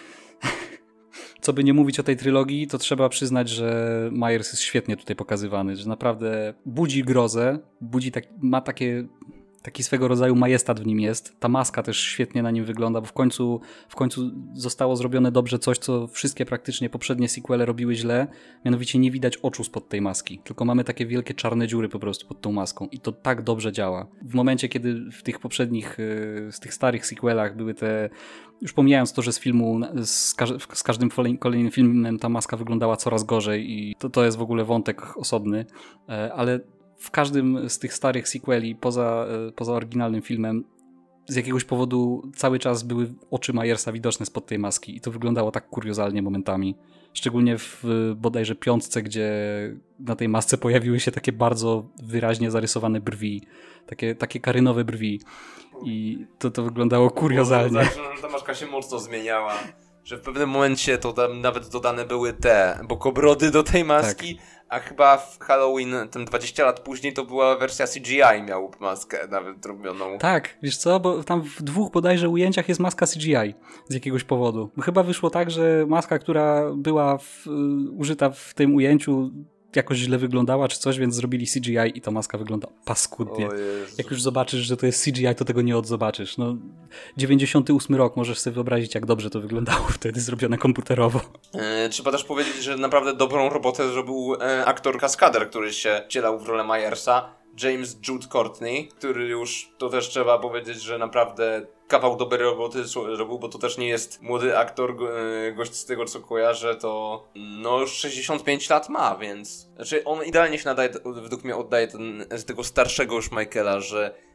Co by nie mówić o tej trylogii, to trzeba przyznać, że Myers jest świetnie tutaj pokazywany, że naprawdę budzi grozę, budzi tak, ma takie, taki swego rodzaju majestat w nim jest. Ta maska też świetnie na nim wygląda, bo w końcu, w końcu zostało zrobione dobrze coś, co wszystkie praktycznie poprzednie sequele robiły źle, mianowicie nie widać oczu spod tej maski, tylko mamy takie wielkie czarne dziury po prostu pod tą maską i to tak dobrze działa. W momencie, kiedy w tych poprzednich, z tych starych sequelach były te, już pomijając to, że z filmu, z, każ- z każdym kolejnym filmem ta maska wyglądała coraz gorzej i to, to jest w ogóle wątek osobny, ale w każdym z tych starych sequeli, poza, poza oryginalnym filmem, z jakiegoś powodu cały czas były oczy Myersa widoczne spod tej maski i to wyglądało tak kuriozalnie momentami. Szczególnie w bodajże piątce, gdzie na tej masce pojawiły się takie bardzo wyraźnie zarysowane brwi, takie, takie karynowe brwi i to, to wyglądało kuriozalnie. Że ta maska się mocno zmieniała. Że w pewnym momencie to tam nawet dodane były te bokobrody do tej maski, tak. A chyba w Halloween, ten dwadzieścia lat później, to była wersja C G I, miał maskę nawet robioną. Tak, wiesz co, bo tam w dwóch bodajże ujęciach jest maska C G I z jakiegoś powodu. Chyba wyszło tak, że maska, która była w, użyta w tym ujęciu, jakoś źle wyglądała czy coś, więc zrobili C G I i ta maska wygląda paskudnie. Jak już zobaczysz, że to jest C G I, to tego nie odzobaczysz. No, dziewięćdziesiąty ósmy rok, możesz sobie wyobrazić, jak dobrze to wyglądało wtedy zrobione komputerowo. E, trzeba też powiedzieć, że naprawdę dobrą robotę zrobił e, aktor kaskader, który się wcielał w rolę Myersa, James Jude Courtney, który już, to też trzeba powiedzieć, że naprawdę kawał dobrej roboty zrobił, bo to też nie jest młody aktor, gość z tego co kojarzę, to no już sześćdziesiąt pięć lat ma, więc znaczy on idealnie się nadaje, według mnie oddaje ten, z tego starszego już Michaela, że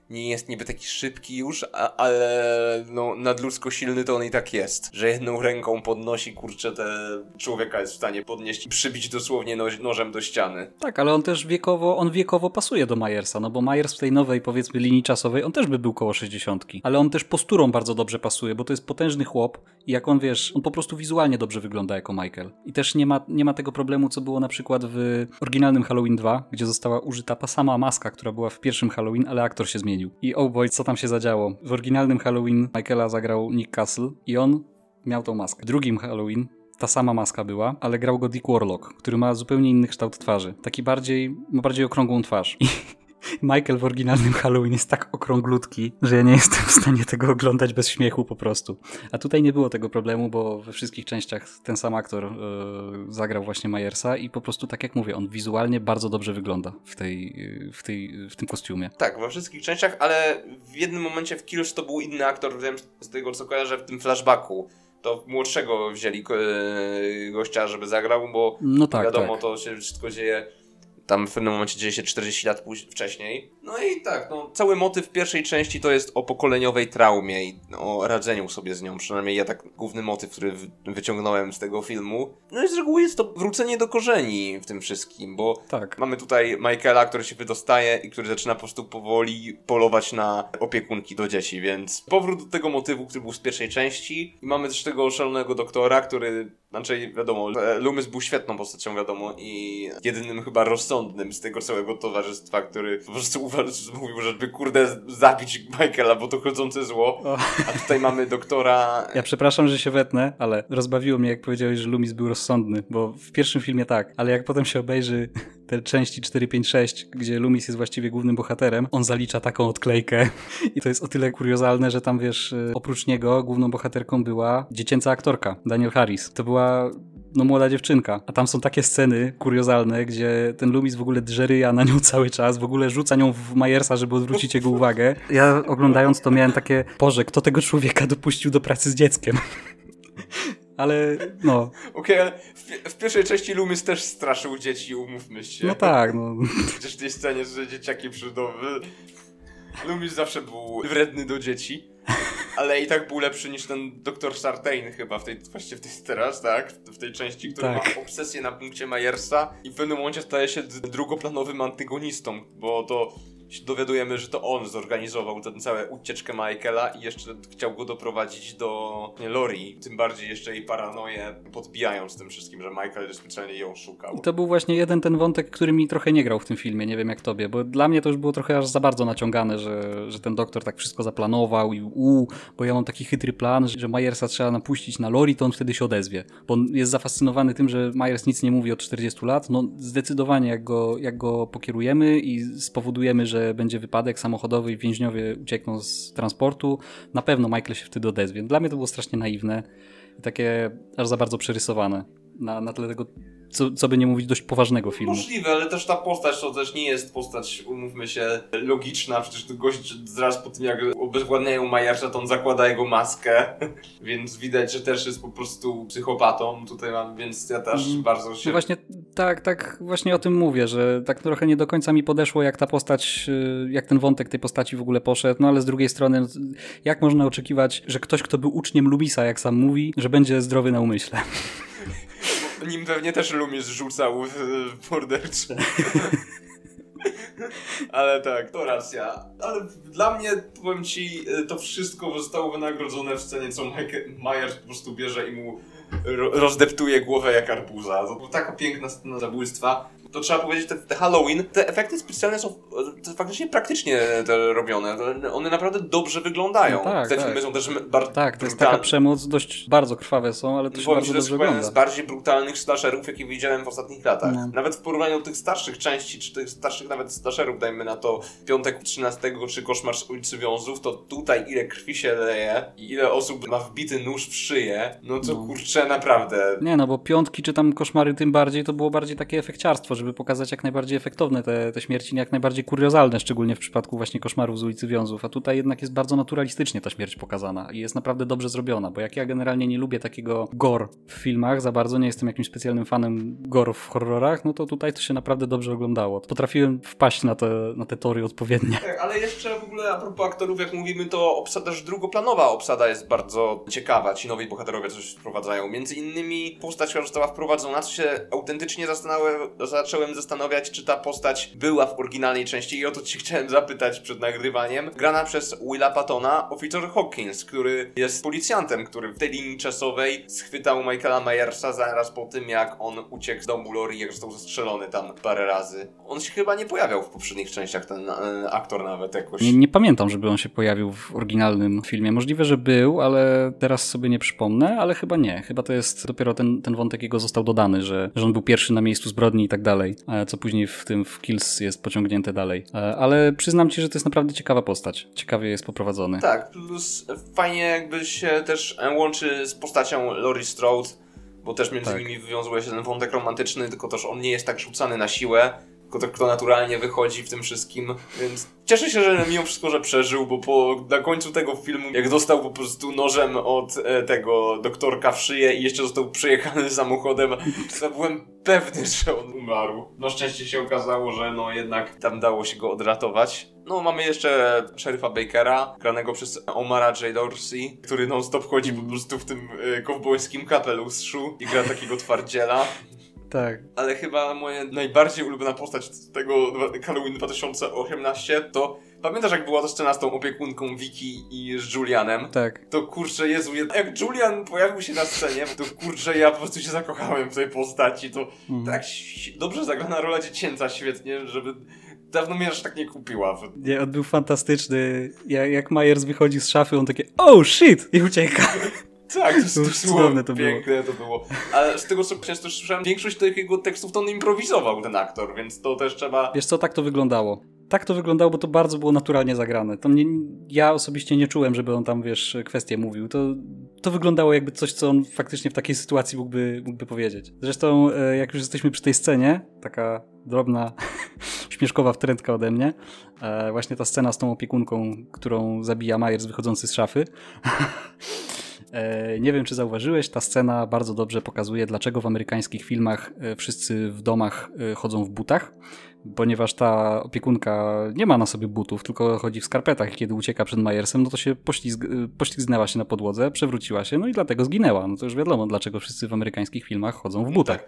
nie jest niby taki szybki już, a, ale no nadludzko silny to on i tak jest. Że jedną ręką podnosi, kurczę, te człowieka jest w stanie podnieść i przybić dosłownie no, nożem do ściany. Tak, ale on też wiekowo, on wiekowo pasuje do Myersa, no bo Myers w tej nowej, powiedzmy, linii czasowej, on też by był koło sześćdziesiątki. Ale on też posturą bardzo dobrze pasuje, bo to jest potężny chłop i jak on, wiesz, on po prostu wizualnie dobrze wygląda jako Michael. I też nie ma, nie ma tego problemu, co było na przykład w oryginalnym Halloween dwa, gdzie została użyta ta sama maska, która była w pierwszym Halloween, ale aktor się zmienił. I oh boy, co tam się zadziało? W oryginalnym Halloween Michaela zagrał Nick Castle i on miał tą maskę. W drugim Halloween ta sama maska była, ale grał go Dick Warlock, który ma zupełnie inny kształt twarzy. Taki bardziej, ma bardziej okrągłą twarz. I Michael w oryginalnym Halloween jest tak okrąglutki, że ja nie jestem w stanie tego oglądać bez śmiechu po prostu. A tutaj nie było tego problemu, bo we wszystkich częściach ten sam aktor yy, zagrał właśnie Myersa i po prostu, tak jak mówię, on wizualnie bardzo dobrze wygląda w, tej, w, tej, w tym kostiumie. Tak, we wszystkich częściach, ale w jednym momencie w Kills to był inny aktor, wiem z tego co kojarzę, w tym flashbacku. To młodszego wzięli gościa, żeby zagrał, bo no tak, wiadomo, tak. To się wszystko dzieje, tam w pewnym momencie dzieje się czterdzieści lat później, wcześniej. No i tak, no, cały motyw pierwszej części to jest o pokoleniowej traumie i o radzeniu sobie z nią, przynajmniej ja tak główny motyw, który wyciągnąłem z tego filmu. No i z reguły jest to wrócenie do korzeni w tym wszystkim, bo tak. Mamy tutaj Michaela, który się wydostaje i który zaczyna po prostu powoli polować na opiekunki do dzieci, więc powrót do tego motywu, który był z pierwszej części i mamy też tego szalonego doktora, który, znaczy wiadomo, Loomis był świetną postacią, wiadomo, i jedynym chyba rozsądnym z tego całego towarzystwa, który po prostu uważał, mówił, żeby kurde zabić Michaela, bo to chodzące zło. O. A tutaj mamy doktora... Ja przepraszam, że się wetnę, ale rozbawiło mnie, jak powiedziałeś, że Loomis był rozsądny, bo w pierwszym filmie tak, ale jak potem się obejrzy te części cztery, pięć, sześć, gdzie Loomis jest właściwie głównym bohaterem, on zalicza taką odklejkę i to jest o tyle kuriozalne, że tam, wiesz, oprócz niego główną bohaterką była dziecięca aktorka, Danielle Harris. To była no młoda dziewczynka. A tam są takie sceny kuriozalne, gdzie ten Loomis w ogóle drze ryja na nią cały czas, w ogóle rzuca nią w Myersa, żeby odwrócić jego uwagę. Ja oglądając to miałem takie, Boże, kto tego człowieka dopuścił do pracy z dzieckiem? Ale no. Okej, okay, w, w pierwszej części Loomis też straszył dzieci, umówmy się. No tak, no. Chociaż w tej scenie, że dzieciaki przydowy. Loomis zawsze był wredny do dzieci. Ale i tak był lepszy niż ten doktor Sartain chyba w tej, właściwie w tej teraz, tak? W tej części, który tak. ma obsesję na punkcie Myersa i w pewnym momencie staje się drugoplanowym antygonistą, bo to się dowiadujemy, że to on zorganizował tę całą ucieczkę Michaela i jeszcze chciał go doprowadzić do Lori, tym bardziej jeszcze jej paranoję podbijając tym wszystkim, że Michael specjalnie ją szukał. I to był właśnie jeden ten wątek, który mi trochę nie grał w tym filmie, nie wiem jak tobie, bo dla mnie to już było trochę aż za bardzo naciągane, że, że ten doktor tak wszystko zaplanował i uuu, bo ja mam taki chytry plan, że Myersa trzeba napuścić na Lori, to on wtedy się odezwie, bo on jest zafascynowany tym, że Myers nic nie mówi od czterdziestu lat, no zdecydowanie jak go, jak go pokierujemy i spowodujemy, że będzie wypadek samochodowy i więźniowie uciekną z transportu, na pewno Michael się wtedy odezwie. Dla mnie to było strasznie naiwne i takie aż za bardzo przerysowane na, na tle tego, co, co by nie mówić, dość poważnego filmu. Możliwe, ale też ta postać to też nie jest postać, umówmy się, logiczna. Przecież ten gość zaraz po tym, jak obezwładniają Myersa, to on zakłada jego maskę, więc widać, że też jest po prostu psychopatą. Tutaj mam, więc ja też mm. bardzo się... No właśnie tak, tak właśnie o tym mówię, że tak trochę nie do końca mi podeszło, jak ta postać, jak ten wątek tej postaci w ogóle poszedł, no ale z drugiej strony, jak można oczekiwać, że ktoś, kto był uczniem Loomisa, jak sam mówi, że będzie zdrowy na umyśle? Nim pewnie też Loomis rzucał w morderczy. Ale tak, to racja. Ale dla mnie, powiem ci, to wszystko zostało wynagrodzone w scenie, co Myers po prostu bierze i mu rozdeptuje głowę jak arbuza. To była taka piękna scena zabójstwa. To trzeba powiedzieć, te, te Halloween, te efekty specjalne są faktycznie praktycznie te robione. One naprawdę dobrze wyglądają. No tak, te tak. filmy są też bardzo Tak, to jest taka przemoc, dość bardzo krwawe są, ale to się bardzo dobrze wygląda. To jest z bardziej brutalnych slasherów, jakie widziałem w ostatnich latach. No. Nawet w porównaniu do tych starszych części, czy tych starszych nawet slasherów, dajmy na to Piątek trzynastego, czy Koszmar z ulicy Wiązów, to tutaj ile krwi się leje i ile osób ma wbity nóż w szyję, no to no. kurczę, że naprawdę... Nie, no bo piątki czy tam koszmary tym bardziej, to było bardziej takie efekciarstwo, żeby pokazać jak najbardziej efektowne te, te śmierci, jak najbardziej kuriozalne, szczególnie w przypadku właśnie koszmarów z ulicy Wiązów, a tutaj jednak jest bardzo naturalistycznie ta śmierć pokazana i jest naprawdę dobrze zrobiona, bo jak ja generalnie nie lubię takiego gore w filmach, za bardzo nie jestem jakimś specjalnym fanem gore w horrorach, no to tutaj to się naprawdę dobrze oglądało. Potrafiłem wpaść na te, na te tory odpowiednie. Tak, ale jeszcze w ogóle a propos aktorów, jak mówimy, to obsada, też drugoplanowa obsada jest bardzo ciekawa. Ci nowi bohaterowie coś wprowadzają. Między innymi postać, która została wprowadzona, co się autentycznie zacząłem zastanawiać, czy ta postać była w oryginalnej części i o to ci chciałem zapytać przed nagrywaniem. Grana przez Willa Pattona, oficer Hawkins, który jest policjantem, który w tej linii czasowej schwytał Michaela Myersa zaraz po tym, jak on uciekł z domu Lori, jak został zastrzelony tam parę razy. On się chyba nie pojawiał w poprzednich częściach, ten e, aktor nawet jakoś. Nie, nie pamiętam, żeby on się pojawił w oryginalnym filmie. Możliwe, że był, ale teraz sobie nie przypomnę, ale chyba nie. Chyba to jest dopiero ten, ten wątek jego został dodany, że, że on był pierwszy na miejscu zbrodni i tak dalej, co później w tym w Kills jest pociągnięte dalej. Ale przyznam ci, że to jest naprawdę ciekawa postać. Ciekawie jest poprowadzony. Tak, plus fajnie jakby się też łączy z postacią Laurie Strode, bo też między tak. nimi wywiązuje się ten wątek romantyczny, tylko też on nie jest tak rzucany na siłę, tylko tak to naturalnie wychodzi w tym wszystkim, więc cieszę się, że mimo wszystko, że przeżył, bo po, na końcu tego filmu, jak dostał po prostu nożem od e, tego doktorka w szyję i jeszcze został przejechany samochodem, to byłem pewny, że on umarł. No szczęście się okazało, że no jednak tam dało się go odratować. No mamy jeszcze szeryfa Bakera, granego przez Omara J. Dorsey, który non-stop chodzi po prostu w tym e, kowbojskim kapeluszu i gra takiego twardziela. Tak. Ale chyba moja najbardziej ulubiona postać z tego Halloween dwa tysiące osiemnaście to... Pamiętasz, jak była to scena z tą opiekunką Vicky i z Julianem? Tak. To kurczę, Jezu, jak Julian pojawił się na scenie, to kurczę, ja po prostu się zakochałem w tej postaci. To mm. tak dobrze zagrana rola dziecięca, świetnie, żeby... Dawno mnie aż tak nie kupiła. Nie, on był fantastyczny. Jak, jak Myers wychodzi z szafy, on takie oh shit! I ucieka. Tak, to, to, to cudowne to piękne było. to było. Ale z tego, co często słyszałem, większość tych jego tekstów to on improwizował, ten aktor, więc to też trzeba... Wiesz co, tak to wyglądało. Tak to wyglądało, bo to bardzo było naturalnie zagrane. To mnie, ja osobiście nie czułem, żeby on tam, wiesz, kwestię mówił. To, to wyglądało jakby coś, co on faktycznie w takiej sytuacji mógłby, mógłby powiedzieć. Zresztą, jak już jesteśmy przy tej scenie, taka drobna, śmieszkowa wtrętka ode mnie, właśnie ta scena z tą opiekunką, którą zabija Myers wychodzący z szafy. Nie wiem, czy zauważyłeś, ta scena bardzo dobrze pokazuje, dlaczego w amerykańskich filmach wszyscy w domach chodzą w butach, ponieważ ta opiekunka nie ma na sobie butów, tylko chodzi w skarpetach i kiedy ucieka przed Myersem, no to się poślizg- poślizgnęła się na podłodze, przewróciła się, no i dlatego zginęła. No to już wiadomo, dlaczego wszyscy w amerykańskich filmach chodzą w butach.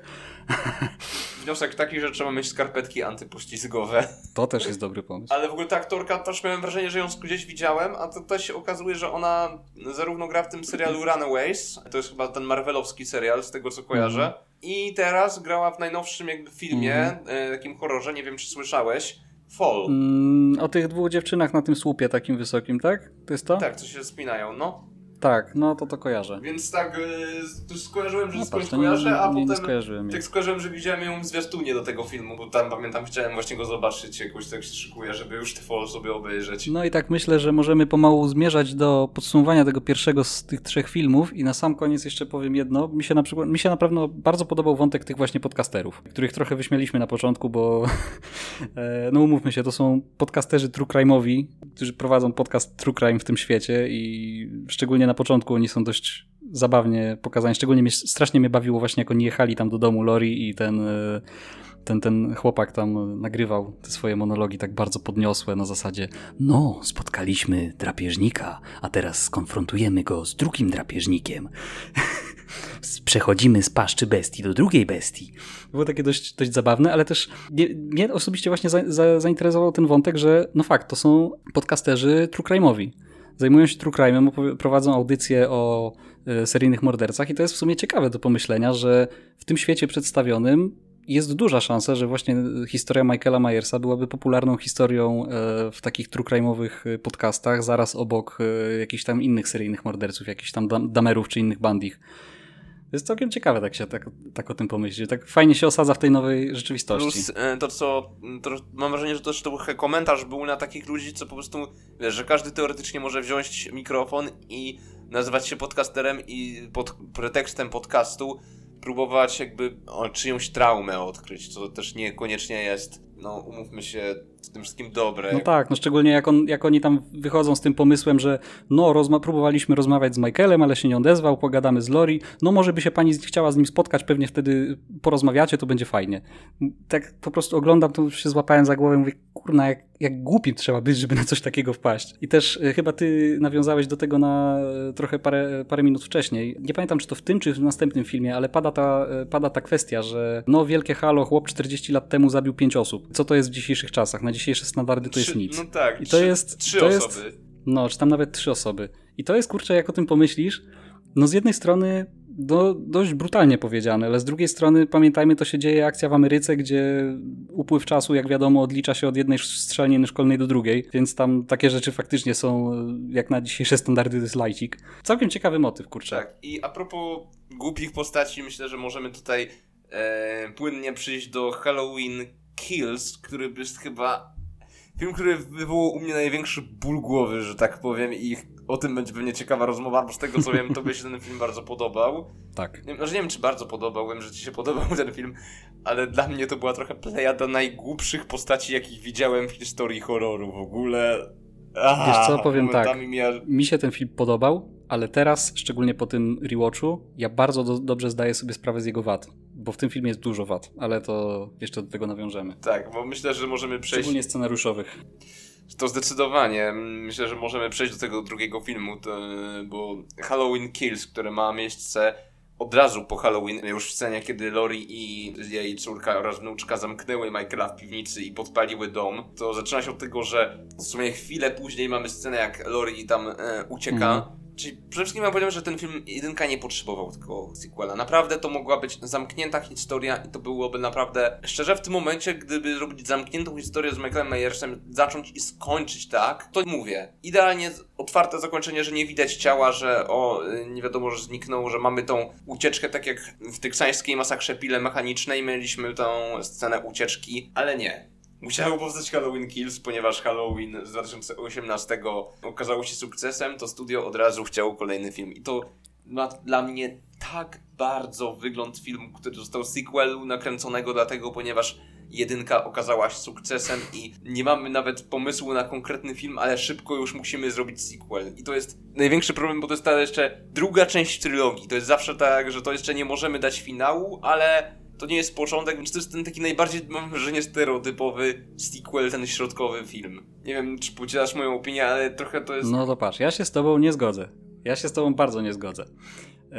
Wniosek taki, że trzeba mieć skarpetki antypoślizgowe. To też jest dobry pomysł. Ale w ogóle ta aktorka, też miałem wrażenie, że ją gdzieś widziałem, a to też się okazuje, że ona zarówno gra w tym serialu Runaways, to jest chyba ten marvelowski serial, z tego co kojarzę, mm. i teraz grała w najnowszym jakby filmie, mm. e, takim horrorze, nie wiem czy słyszałeś, Fall. Mm, o tych dwóch dziewczynach na tym słupie takim wysokim, tak? To jest to? Tak, co się spinają, no. Tak, no to to kojarzę. Więc tak, to skojarzyłem, że no, skądś patrz, kojarzę, nie, a nie, potem nie tak skojarzyłem, że widziałem ją w zwiastunie do tego filmu, bo tam pamiętam, chciałem właśnie go zobaczyć, jakoś tak się szykuję, żeby już te Fall sobie obejrzeć. No i tak myślę, że możemy pomału zmierzać do podsumowania tego pierwszego z tych trzech filmów i na sam koniec jeszcze powiem jedno. Mi się na przykład, mi się na pewno bardzo podobał wątek tych właśnie podcasterów, których trochę wyśmialiśmy na początku, bo no umówmy się, to są podcasterzy true crime'owi, którzy prowadzą podcast true crime w tym świecie i szczególnie na początku oni są dość zabawnie pokazani. Szczególnie mnie, strasznie mnie bawiło właśnie, jak oni jechali tam do domu Lori i ten, ten, ten chłopak tam nagrywał te swoje monologi tak bardzo podniosłe na zasadzie no, spotkaliśmy drapieżnika, a teraz skonfrontujemy go z drugim drapieżnikiem. Przechodzimy z paszczy bestii do drugiej bestii. Było takie dość, dość zabawne, ale też mnie, mnie osobiście właśnie za, za, zainteresował ten wątek, że no fakt, to są podcasterzy true crime'owi. Zajmują się true crime'em, prowadzą audycje o y, seryjnych mordercach i to jest w sumie ciekawe do pomyślenia, że w tym świecie przedstawionym jest duża szansa, że właśnie historia Michaela Myersa byłaby popularną historią y, w takich true crime'owych podcastach, zaraz obok y, jakichś tam innych seryjnych morderców, jakichś tam dam- damerów czy innych bandich. To jest całkiem ciekawe tak się tak, tak o tym pomyśleć. Tak fajnie się osadza w tej nowej rzeczywistości. Plus to, co to mam wrażenie, że to też trochę komentarz był na takich ludzi, co po prostu, wiesz, że każdy teoretycznie może wziąć mikrofon i nazywać się podcasterem i pod pretekstem podcastu próbować jakby o, czyjąś traumę odkryć, co też niekoniecznie jest, no umówmy się, z tym wszystkim dobre. No tak, no szczególnie jak, on, jak oni tam wychodzą z tym pomysłem, że no rozma- próbowaliśmy rozmawiać z Michaelem, ale się nie odezwał, pogadamy z Lori, no może by się pani chciała z nim spotkać, pewnie wtedy porozmawiacie, to będzie fajnie. Tak po prostu oglądam, to już się złapałem za głowę i mówię, kurna, jak, jak głupim trzeba być, żeby na coś takiego wpaść. I też y, chyba ty nawiązałeś do tego na y, trochę parę, parę minut wcześniej. Nie pamiętam, czy to w tym, czy w następnym filmie, ale pada ta, y, pada ta kwestia, że no wielkie halo, chłop czterdzieści lat temu zabił pięć osób. Co to jest w dzisiejszych czasach? Na dzisiejsze standardy to trzy, jest nic. No tak, I to trzy, jest, trzy to osoby. Jest, no, czy tam nawet trzy osoby. I to jest, kurczę, jak o tym pomyślisz, no z jednej strony do, dość brutalnie powiedziane, ale z drugiej strony pamiętajmy, to się dzieje akcja w Ameryce, gdzie upływ czasu, jak wiadomo, odlicza się od jednej strzelaniny szkolnej do drugiej, więc tam takie rzeczy faktycznie są, jak na dzisiejsze standardy, to jest lajcik. Całkiem ciekawy motyw, kurczę. Tak, i a propos głupich postaci, myślę, że możemy tutaj e, płynnie przyjść do Halloween Kills, który jest chyba film, który wywołał u mnie największy ból głowy, że tak powiem, i o tym będzie pewnie ciekawa rozmowa, bo z tego co wiem, tobie się ten film bardzo podobał. Tak. Nie, znaczy nie wiem, czy bardzo podobał, wiem, że ci się podobał ten film, ale dla mnie to była trochę plejada najgłupszych postaci, jakich widziałem w historii horroru w ogóle. Aha, wiesz co, powiem tak, mi, ja... mi się ten film podobał, ale teraz, szczególnie po tym rewatchu, ja bardzo do, dobrze zdaję sobie sprawę z jego wad, bo w tym filmie jest dużo wad, ale to jeszcze do tego nawiążemy. Tak, bo myślę, że możemy przejść... Szczególnie scenariuszowych. To zdecydowanie. Myślę, że możemy przejść do tego drugiego filmu, to, bo Halloween Kills, które ma miejsce od razu po Halloween, już w scenie, kiedy Lori i jej córka oraz wnuczka zamknęły Michaela w piwnicy i podpaliły dom, to zaczyna się od tego, że w sumie chwilę później mamy scenę, jak Lori tam e, ucieka. Mm. Czyli przede wszystkim ja powiem, że ten film jedynka nie potrzebował tylko sequela. Naprawdę to mogła być zamknięta historia i to byłoby naprawdę... Szczerze w tym momencie, gdyby zrobić zamkniętą historię z Michaelem Myersem, zacząć i skończyć tak, to mówię. Idealnie otwarte zakończenie, że nie widać ciała, że o, nie wiadomo, że zniknął, że mamy tą ucieczkę tak jak w teksańskiej masakrze pile mechanicznej, mieliśmy tą scenę ucieczki, ale nie. Musiało powstać Halloween Kills, ponieważ Halloween z dwa tysiące osiemnastego okazało się sukcesem, to studio od razu chciało kolejny film. I to ma dla mnie tak bardzo wygląd filmu, który został sequelu nakręconego dlatego, ponieważ jedynka okazała się sukcesem i nie mamy nawet pomysłu na konkretny film, ale szybko już musimy zrobić sequel. I to jest największy problem, bo to jest ta jeszcze druga część trylogii. To jest zawsze tak, że to jeszcze nie możemy dać finału, ale... to nie jest początek, więc to jest ten taki najbardziej, mam wrażenie, stereotypowy sequel, ten środkowy film. Nie wiem, czy podzielasz moją opinię, ale trochę to jest... No to patrz, ja się z tobą nie zgodzę. Ja się z tobą bardzo nie zgodzę. Yy,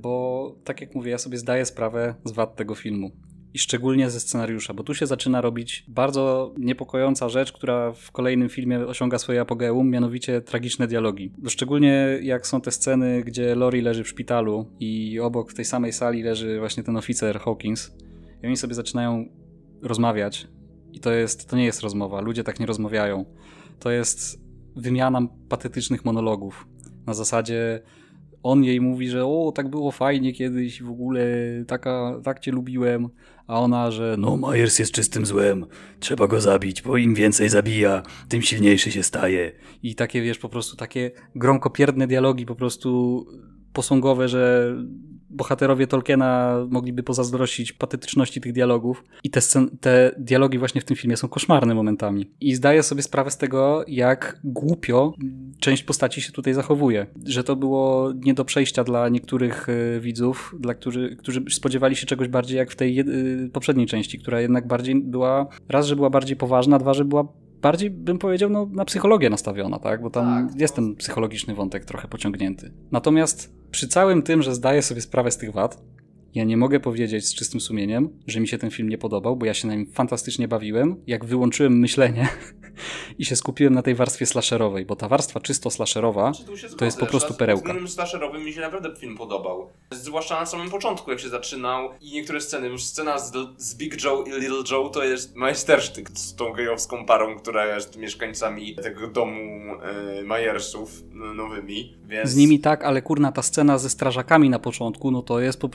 bo tak jak mówię, ja sobie zdaję sprawę z wad tego filmu. I szczególnie ze scenariusza, bo tu się zaczyna robić bardzo niepokojąca rzecz, która w kolejnym filmie osiąga swoje apogeum, mianowicie tragiczne dialogi. Szczególnie jak są te sceny, gdzie Lori leży w szpitalu i obok w tej samej sali leży właśnie ten oficer Hawkins i oni sobie zaczynają rozmawiać i to jest, to nie jest rozmowa, ludzie tak nie rozmawiają. To jest wymiana patetycznych monologów. Na zasadzie on jej mówi, że o, tak było fajnie kiedyś, w ogóle taka, tak cię lubiłem, a ona, że no Myers jest czystym złem, trzeba go zabić, bo im więcej zabija, tym silniejszy się staje. I takie, wiesz, po prostu takie gromkopierdne dialogi, po prostu posągowe, że bohaterowie Tolkiena mogliby pozazdrościć patetyczności tych dialogów i te, scen- te dialogi właśnie w tym filmie są koszmarne momentami. I zdaję sobie sprawę z tego, jak głupio część postaci się tutaj zachowuje. Że to było nie do przejścia dla niektórych y, widzów, dla którzy, którzy spodziewali się czegoś bardziej jak w tej y, poprzedniej części, która jednak bardziej była, raz, że była bardziej poważna, dwa, że była bardziej, bym powiedział, no, na psychologię nastawiona, tak? Bo tam tak, jest ten psychologiczny wątek trochę pociągnięty. Natomiast przy całym tym, że zdaję sobie sprawę z tych wad, ja nie mogę powiedzieć z czystym sumieniem, że mi się ten film nie podobał, bo ja się na nim fantastycznie bawiłem, jak wyłączyłem myślenie i się skupiłem na tej warstwie slasherowej, bo ta warstwa czysto slasherowa zgodzę, to jest po prostu perełka. Z tym slasherowym mi się naprawdę film podobał. Zwłaszcza na samym początku, jak się zaczynał i niektóre sceny, już scena z, z Big Joe i Little Joe to jest majstersztyk z tą gejowską parą, która jest mieszkańcami tego domu e, Myersów nowymi. Więc... Z nimi tak, ale kurna ta scena ze strażakami na początku, no to jest po prostu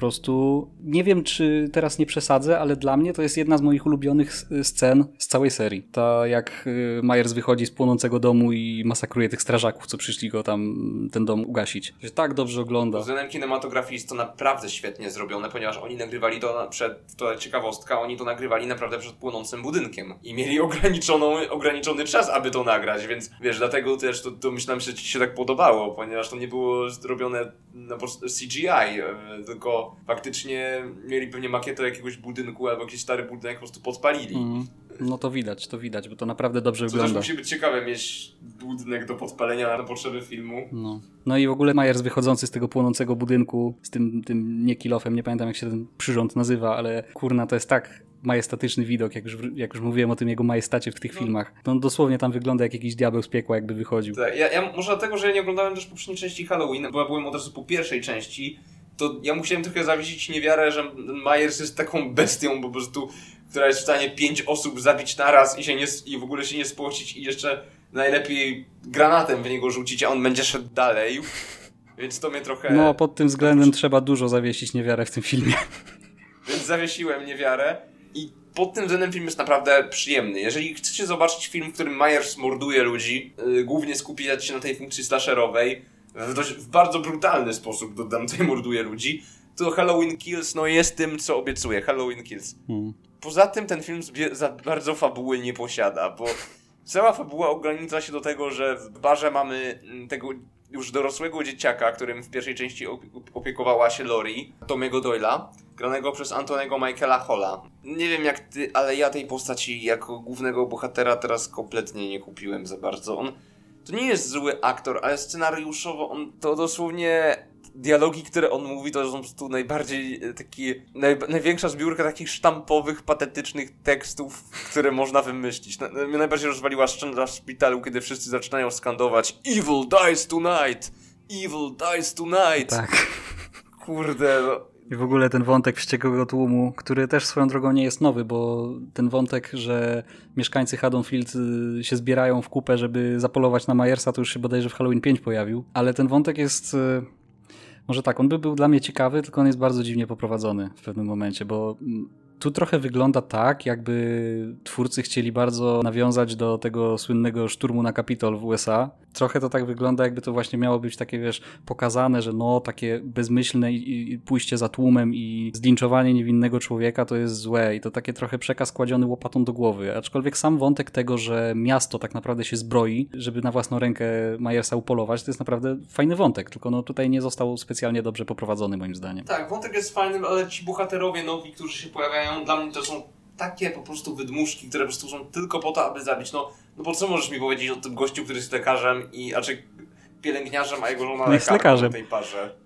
prostu, nie wiem czy teraz nie przesadzę, ale dla mnie to jest jedna z moich ulubionych scen z całej serii. Ta jak Myers wychodzi z płonącego domu i masakruje tych strażaków, co przyszli go tam, ten dom ugasić. To się tak dobrze ogląda. Pod względem kinematografii jest to naprawdę świetnie zrobione, ponieważ oni nagrywali to przed, to ciekawostka, oni to nagrywali naprawdę przed płonącym budynkiem i mieli ograniczoną, ograniczony czas, aby to nagrać, więc wiesz, dlatego też to, to myślałem, że ci się tak podobało, ponieważ to nie było zrobione na C G I, tylko faktycznie mieli pewnie makietę jakiegoś budynku albo jakiś stary budynek po prostu podpalili. Mm. No to widać, to widać, bo to naprawdę dobrze to wygląda. To też musi być ciekawe mieć budynek do podpalenia na potrzeby filmu. No, no i w ogóle Myers wychodzący z tego płonącego budynku, z tym, tym nie kilofem, nie pamiętam jak się ten przyrząd nazywa, ale kurna, to jest tak majestatyczny widok, jak już, jak już mówiłem o tym jego majestacie w tych no. filmach. To on dosłownie tam wygląda jak jakiś diabeł z piekła, jakby wychodził. Tak, ja, ja może dlatego, że ja nie oglądałem też poprzedniej części Halloween, bo ja byłem od razu po pierwszej części, to ja musiałem trochę zawiesić niewiarę, że Myers jest taką bestią po prostu, która jest w stanie pięć osób zabić naraz i, się nie, i w ogóle się nie spłocić i jeszcze najlepiej granatem w niego rzucić, a on będzie szedł dalej. Więc to mnie trochę... No, pod tym względem to... trzeba dużo zawiesić niewiarę w tym filmie. Więc zawiesiłem niewiarę i pod tym względem film jest naprawdę przyjemny. Jeżeli chcecie zobaczyć film, w którym Myers morduje ludzi, yy, głównie skupiać się na tej funkcji slasherowej, w, dość, w bardzo brutalny sposób dodam, tutaj morduje ludzi, to Halloween Kills no jest tym, co obiecuje. Halloween Kills. Hmm. Poza tym ten film za bardzo fabuły nie posiada, bo cała fabuła ogranicza się do tego, że w barze mamy tego już dorosłego dzieciaka, którym w pierwszej części opiekowała się Laurie, Tommy'ego Doyle'a, granego przez Antonego Michaela Halla. Nie wiem jak ty, ale ja tej postaci jako głównego bohatera teraz kompletnie nie kupiłem za bardzo. On to nie jest zły aktor, ale scenariuszowo on to dosłownie... Dialogi, które on mówi, to są po prostu najbardziej taki, naj, największa zbiórka takich sztampowych, patetycznych tekstów, które można wymyślić. Na, mnie najbardziej rozwaliła scena w szpitalu, kiedy wszyscy zaczynają skandować Evil dies tonight! Evil dies tonight! Tak. Kurde, no. I w ogóle ten wątek wściekłego tłumu, który też swoją drogą nie jest nowy, bo ten wątek, że mieszkańcy Haddonfield się zbierają w kupę, żeby zapolować na Myersa, to już się bodajże w Halloween pięć pojawił. Ale ten wątek jest... Może tak, on by był dla mnie ciekawy, tylko on jest bardzo dziwnie poprowadzony w pewnym momencie, bo tu trochę wygląda tak, jakby twórcy chcieli bardzo nawiązać do tego słynnego szturmu na Kapitol w U S A. Trochę to tak wygląda, jakby to właśnie miało być takie, wiesz, pokazane, że no, takie bezmyślne i, i pójście za tłumem i zlinczowanie niewinnego człowieka to jest złe i to takie trochę przekaz kładziony łopatą do głowy. Aczkolwiek sam wątek tego, że miasto tak naprawdę się zbroi, żeby na własną rękę Myersa upolować, to jest naprawdę fajny wątek, tylko no tutaj nie został specjalnie dobrze poprowadzony moim zdaniem. Tak, wątek jest fajny, ale ci bohaterowie nowi, którzy się pojawiają, dla mnie to są takie po prostu wydmuszki, które po prostu są tylko po to, aby zabić. No, no po co możesz mi powiedzieć o tym gościu, który jest lekarzem i raczej pielęgniarzem, a jego żona no jest lekarzem w tej parze.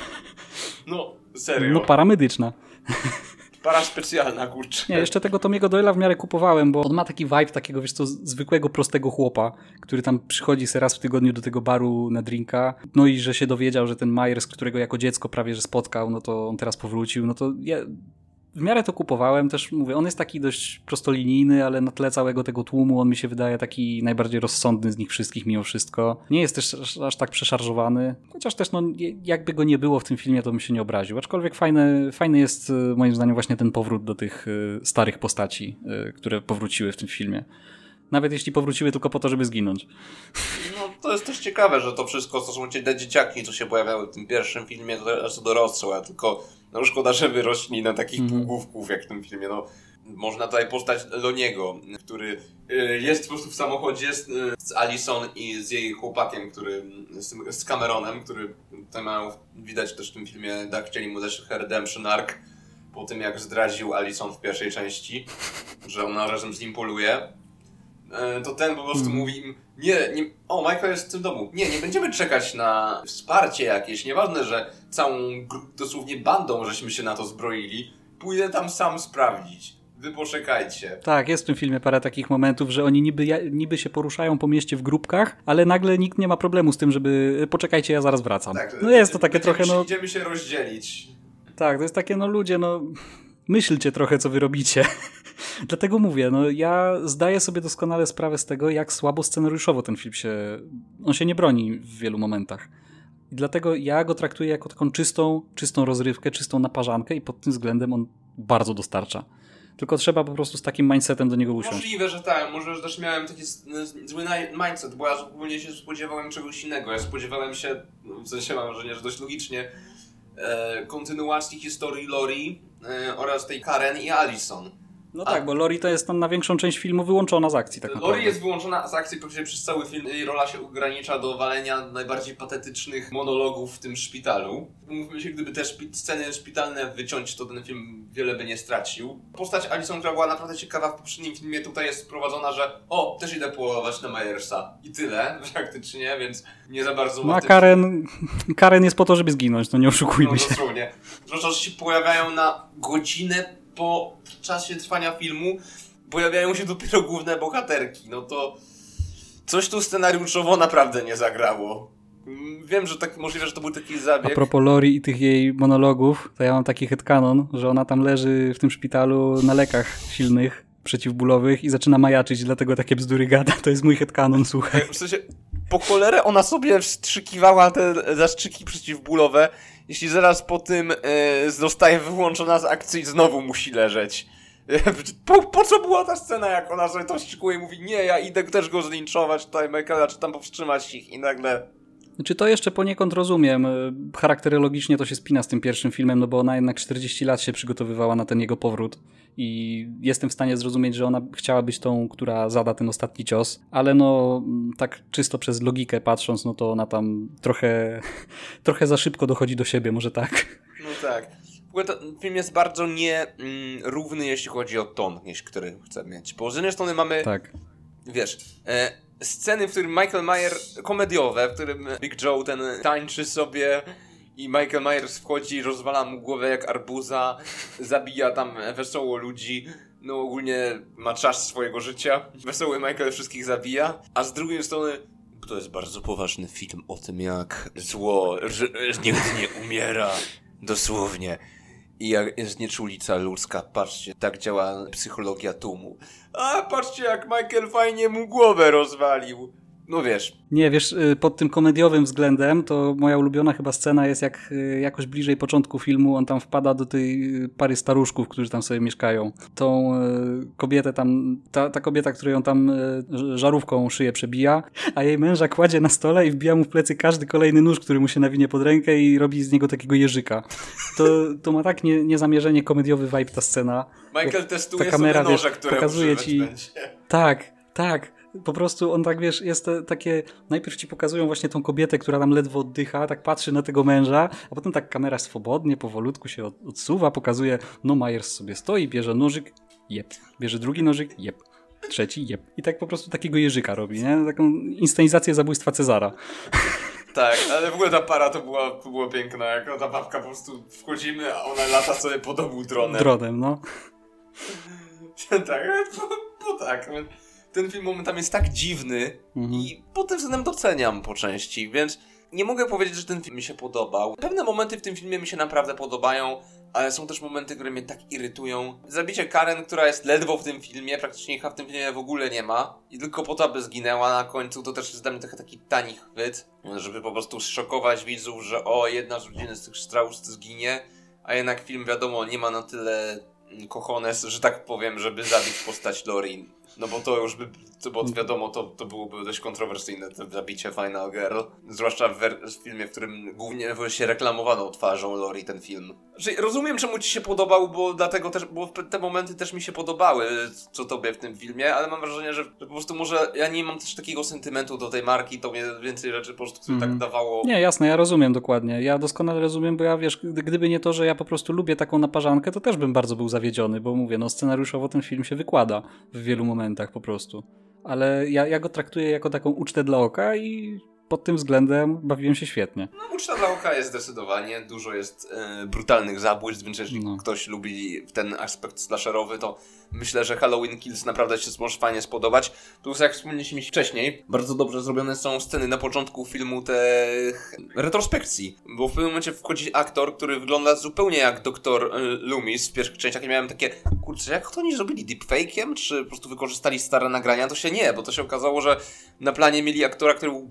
No, serio. No paramedyczna. Para specjalna, kurczę. Nie, jeszcze tego Tommy'ego Doyle'a w miarę kupowałem, bo on ma taki vibe takiego, wiesz co, zwykłego, prostego chłopa, który tam przychodzi sobie raz w tygodniu do tego baru na drinka, no i że się dowiedział, że ten Myers, którego jako dziecko prawie że spotkał, no to on teraz powrócił, no to ja w miarę to kupowałem, też mówię, on jest taki dość prostolinijny, ale na tle całego tego tłumu on mi się wydaje taki najbardziej rozsądny z nich wszystkich mimo wszystko. Nie jest też aż, aż tak przeszarżowany, chociaż też no jakby go nie było w tym filmie, to bym się nie obraził. Aczkolwiek fajny, fajny jest moim zdaniem właśnie ten powrót do tych starych postaci, które powróciły w tym filmie. Nawet jeśli powróciły tylko po to, żeby zginąć. No to jest też ciekawe, że to wszystko, to są te dzieciaki, co się pojawiały w tym pierwszym filmie, to teraz dorosłe, tylko no szkoda, że wyrośli na takich mm. półgłówków jak w tym filmie. No, można tutaj postać Loniego, który jest po prostu w samochodzie z, z Alison i z jej chłopakiem, który, z, z Cameronem, który tutaj mają, widać też w tym filmie, tak, chcieli mu dać redemption arc po tym, jak zdradził Alison w pierwszej części, że ona razem z nim poluje. To ten po prostu mm. mówi im, nie, nie, o, Michael jest w tym domu. Nie, nie będziemy czekać na wsparcie jakieś. Nieważne, że całą dosłownie bandą żeśmy się na to zbroili. Pójdę tam sam sprawdzić. Wy poczekajcie. Tak, jest w tym filmie parę takich momentów, że oni niby, niby się poruszają po mieście w grupkach, ale nagle nikt nie ma problemu z tym, żeby poczekajcie, ja zaraz wracam. Tak, no jest to takie trochę, no... Idziemy się rozdzielić. Tak, to jest takie, no ludzie, no... Myślcie trochę, co wy robicie. Dlatego mówię, no ja zdaję sobie doskonale sprawę z tego, jak słabo scenariuszowo ten film się... On się nie broni w wielu momentach. I dlatego ja go traktuję jako taką czystą, czystą rozrywkę, czystą naparzankę i pod tym względem on bardzo dostarcza. Tylko trzeba po prostu z takim mindsetem do niego usiąść. Możliwe, że tak. Może też miałem taki zły mindset, bo ja zupełnie się spodziewałem czegoś innego. Ja spodziewałem się, w sensie mam wrażenie, że dość logicznie, e, kontynuacji historii Lori e, oraz tej Karen i Allison. No A... tak, bo Lori to jest tam na większą część filmu wyłączona z akcji. Tak Lori jest wyłączona z akcji praktycznie przez cały film. Jej rola się ogranicza do walenia najbardziej patetycznych monologów w tym szpitalu. Mówmy się, gdyby te szpi- sceny szpitalne wyciąć, to ten film wiele by nie stracił. Postać Allison, która była naprawdę ciekawa w poprzednim filmie, tutaj jest sprowadzona, że o, też idę polować na Myersa. I tyle, praktycznie, więc nie za bardzo... No a Karen, Karen jest po to, żeby zginąć, no nie oszukujmy no, się. Dosłownie. Zwłaszcza, że się pojawiają na godzinę po czasie trwania filmu, pojawiają się dopiero główne bohaterki. No to coś tu scenariuszowo naprawdę nie zagrało. Wiem, że tak możliwe, że to był taki zabieg. A propos Lori i tych jej monologów, to ja mam taki headcanon, że ona tam leży w tym szpitalu na lekach silnych, przeciwbólowych i zaczyna majaczyć, dlatego takie bzdury gada. To jest mój headcanon, słuchaj. W sensie, po cholerę ona sobie wstrzykiwała te zastrzyki przeciwbólowe, jeśli zaraz po tym yy, zostaje wyłączona z akcji i znowu musi leżeć. Po, po co była ta scena, jak ona sobie to wstrzykuje i mówi, nie, ja idę też go zlinczować tutaj, Michaela, czy tam powstrzymać ich i nagle... Czy to jeszcze poniekąd rozumiem. Charakterologicznie to się spina z tym pierwszym filmem, no bo ona jednak czterdzieści lat się przygotowywała na ten jego powrót i jestem w stanie zrozumieć, że ona chciała być tą, która zada ten ostatni cios, ale no tak czysto przez logikę patrząc, no to ona tam trochę, trochę za szybko dochodzi do siebie, może tak. No tak. W ogóle ten film jest bardzo nierówny, jeśli chodzi o ton, który chce mieć. Bo z jednej strony mamy, tak. wiesz... E, sceny, w którym Michael Myers, komediowe, w którym Big Joe ten tańczy sobie i Michael Myers wchodzi, rozwala mu głowę jak arbuza, zabija tam wesoło ludzi, no ogólnie ma czas swojego życia. Wesoły Michael wszystkich zabija, a z drugiej strony to jest bardzo poważny film o tym, jak zło że, że nigdy nie umiera, dosłownie. I jak jest nieczulica ludzka, patrzcie, tak działa psychologia tłumu. A patrzcie, jak Michael fajnie mu głowę rozwalił. No wiesz. Nie, wiesz, pod tym komediowym względem to moja ulubiona chyba scena jest, jak jakoś bliżej początku filmu on tam wpada do tej pary staruszków, którzy tam sobie mieszkają. Tą kobietę tam, ta, ta kobieta, której on tam żarówką szyję przebija, a jej męża kładzie na stole i wbija mu w plecy każdy kolejny nóż, który mu się nawinie pod rękę i robi z niego takiego jeżyka. To, to ma tak nie, niezamierzenie komediowy vibe ta scena. Michael testuje ta kamera, sobie noże, wiesz, które pokazuje ci. Będzie. Tak, tak. Po prostu on tak, wiesz, jest takie, najpierw ci pokazują właśnie tą kobietę, która tam ledwo oddycha, tak patrzy na tego męża, a potem tak kamera swobodnie, powolutku się odsuwa, pokazuje, no Myers sobie stoi, bierze nożyk, jeb, bierze drugi nożyk, jeb, trzeci, jeb. I tak po prostu takiego jeżyka robi, nie? Taką inscenizację zabójstwa Cezara. Tak, ale w ogóle ta para to była, to była piękna, jak ta babka po prostu wchodzimy, a ona lata sobie po domu dronem. Dronem, no. tak, bo, bo tak, ten film momentami jest tak dziwny mhm. i pod tym względem doceniam po części, więc nie mogę powiedzieć, że ten film mi się podobał. Pewne momenty w tym filmie mi się naprawdę podobają, ale są też momenty, które mnie tak irytują. Zabicie Karen, która jest ledwo w tym filmie, praktycznie ich w tym filmie w ogóle nie ma i tylko po to, aby zginęła na końcu, to też jest dla mnie trochę taki tani chwyt, żeby po prostu zszokować widzów, że o, jedna z rodziny z tych Strauss zginie, a jednak film, wiadomo, nie ma na tyle cojones, że tak powiem, żeby zabić postać Lori. No bo to już by, to, bo wiadomo, to, to byłoby dość kontrowersyjne, to zabicie Final Girl. Zwłaszcza w, w filmie, w którym głównie się reklamowano twarzą Lori ten film. Znaczy, rozumiem, czemu ci się podobał, bo dlatego też, bo te momenty też mi się podobały, co tobie w tym filmie, ale mam wrażenie, że, że po prostu może ja nie mam też takiego sentymentu do tej marki, to mnie więcej rzeczy po prostu mm. tak dawało. Nie, jasne, ja rozumiem dokładnie. Ja doskonale rozumiem, bo ja, wiesz, gdyby nie to, że ja po prostu lubię taką naparzankę, to też bym bardzo był zawiedziony, bo mówię, no scenariuszowo ten film się wykłada w wielu momentach po prostu. Ale ja, ja go traktuję jako taką ucztę dla oka i pod tym względem bawiłem się świetnie. No, uczta dla oka jest zdecydowanie. Dużo jest e, brutalnych zabójstw, więc jeżeli no. ktoś lubi ten aspekt slasherowy, to myślę, że Halloween Kills naprawdę się może fajnie spodobać. Plus, jak wspomnieliśmy wcześniej, bardzo dobrze zrobione są sceny na początku filmu tych retrospekcji, bo w pewnym momencie wchodzi aktor, który wygląda zupełnie jak doktor Loomis w pierwszych częściach i miałem takie, kurczę, jak to oni zrobili? Deepfake'iem? Czy po prostu wykorzystali stare nagrania? To się nie, bo to się okazało, że na planie mieli aktora, który był bardzo podobny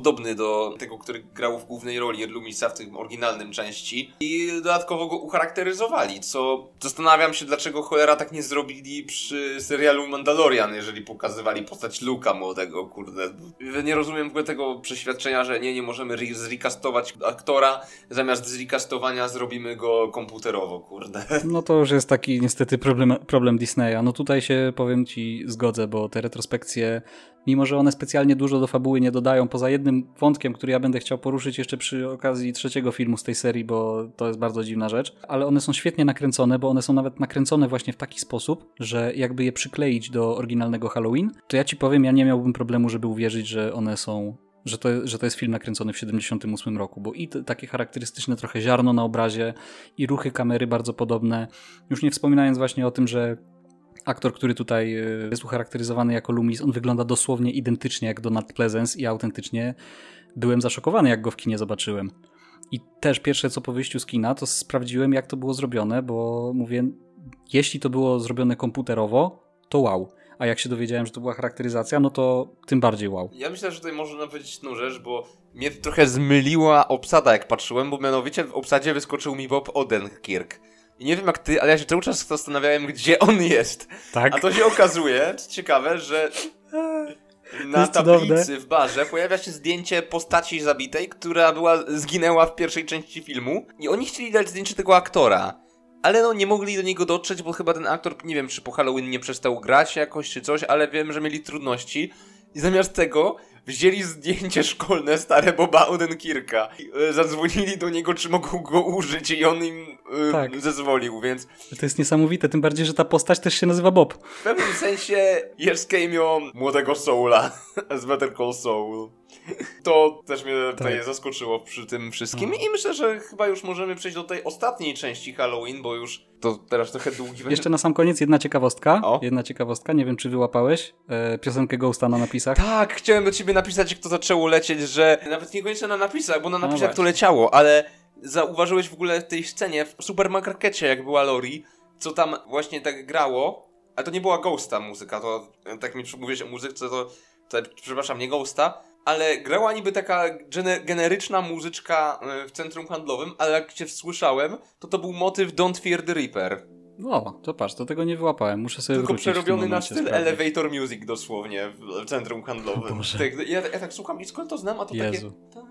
podobny do tego, który grał w głównej roli Loomisa w tym oryginalnym części i dodatkowo go ucharakteryzowali, co zastanawiam się, dlaczego cholera tak nie zrobili przy serialu Mandalorian, jeżeli pokazywali postać Luke'a młodego, kurde. Nie rozumiem w ogóle tego przeświadczenia, że nie, nie możemy re- zrecastować aktora, zamiast zrecastowania zrobimy go komputerowo, kurde. No to już jest taki niestety problem, problem Disneya. No tutaj się, powiem ci, zgodzę, bo te retrospekcje, mimo że one specjalnie dużo do fabuły nie dodają, poza jednym wątkiem, który ja będę chciał poruszyć jeszcze przy okazji trzeciego filmu z tej serii, bo to jest bardzo dziwna rzecz, ale one są świetnie nakręcone, bo one są nawet nakręcone właśnie w taki sposób, że jakby je przykleić do oryginalnego Halloween, to ja ci powiem, ja nie miałbym problemu, żeby uwierzyć, że one są Że to, że to jest film nakręcony w siedemdziesiątym ósmym roku, bo i t- takie charakterystyczne trochę ziarno na obrazie i ruchy kamery bardzo podobne. Już nie wspominając właśnie o tym, że aktor, który tutaj jest ucharakteryzowany jako Loomis, on wygląda dosłownie identycznie jak Donald Pleasence i autentycznie byłem zaszokowany, jak go w kinie zobaczyłem. I też pierwsze co po wyjściu z kina, to sprawdziłem, jak to było zrobione, bo mówię, jeśli to było zrobione komputerowo, to wow. A jak się dowiedziałem, że to była charakteryzacja, no to tym bardziej wow. Ja myślę, że tutaj można powiedzieć jedną rzecz, bo mnie trochę zmyliła obsada, jak patrzyłem, bo mianowicie w obsadzie wyskoczył mi Bob Odenkirk. I nie wiem jak ty, ale ja się cały czas zastanawiałem, gdzie on jest. Tak? A to się okazuje, co ciekawe, że na tablicy w barze pojawia się zdjęcie postaci zabitej, która była zginęła w pierwszej części filmu. I oni chcieli dać zdjęcie tego aktora. Ale no nie mogli do niego dotrzeć, bo chyba ten aktor, nie wiem czy po Halloween nie przestał grać jakoś czy coś, ale wiem, że mieli trudności. I zamiast tego wzięli zdjęcie szkolne stare Boba Odenkirka. I, e, zadzwonili do niego, czy mogą go użyć i on im e, tak. zezwolił, więc... To jest niesamowite, tym bardziej, że ta postać też się nazywa Bob. W pewnym sensie jest cameo młodego Soula z Better Call Saul. To też mnie tak. tutaj zaskoczyło przy tym wszystkim no. I myślę, że chyba już możemy przejść do tej ostatniej części Halloween, bo już to teraz trochę długi... Jeszcze na sam koniec jedna ciekawostka. O. Jedna ciekawostka, nie wiem czy wyłapałeś e, piosenkę Ghosta na napisach. Tak, chciałem do ciebie napisać, jak to zaczęło lecieć, że nawet niekoniecznie na napisach, bo na napisach no to leciało, ale zauważyłeś w ogóle w tej scenie w supermarkecie, jak była Lori, co tam właśnie tak grało, a to nie była Ghosta muzyka, to tak mi mówiłeś o muzyce, to, to przepraszam, nie Ghosta, ale grała niby taka gener- generyczna muzyczka w centrum handlowym, ale jak się wsłyszałem, to to był motyw Don't Fear the Reaper. O, to patrz, to tego nie wyłapałem, muszę sobie Tylko wrócić. Tylko przerobiony na styl sprawdzić. Elevator Music dosłownie w centrum handlowym. Tak, ja, ja tak słucham i skąd to znam, a to Jezu. takie...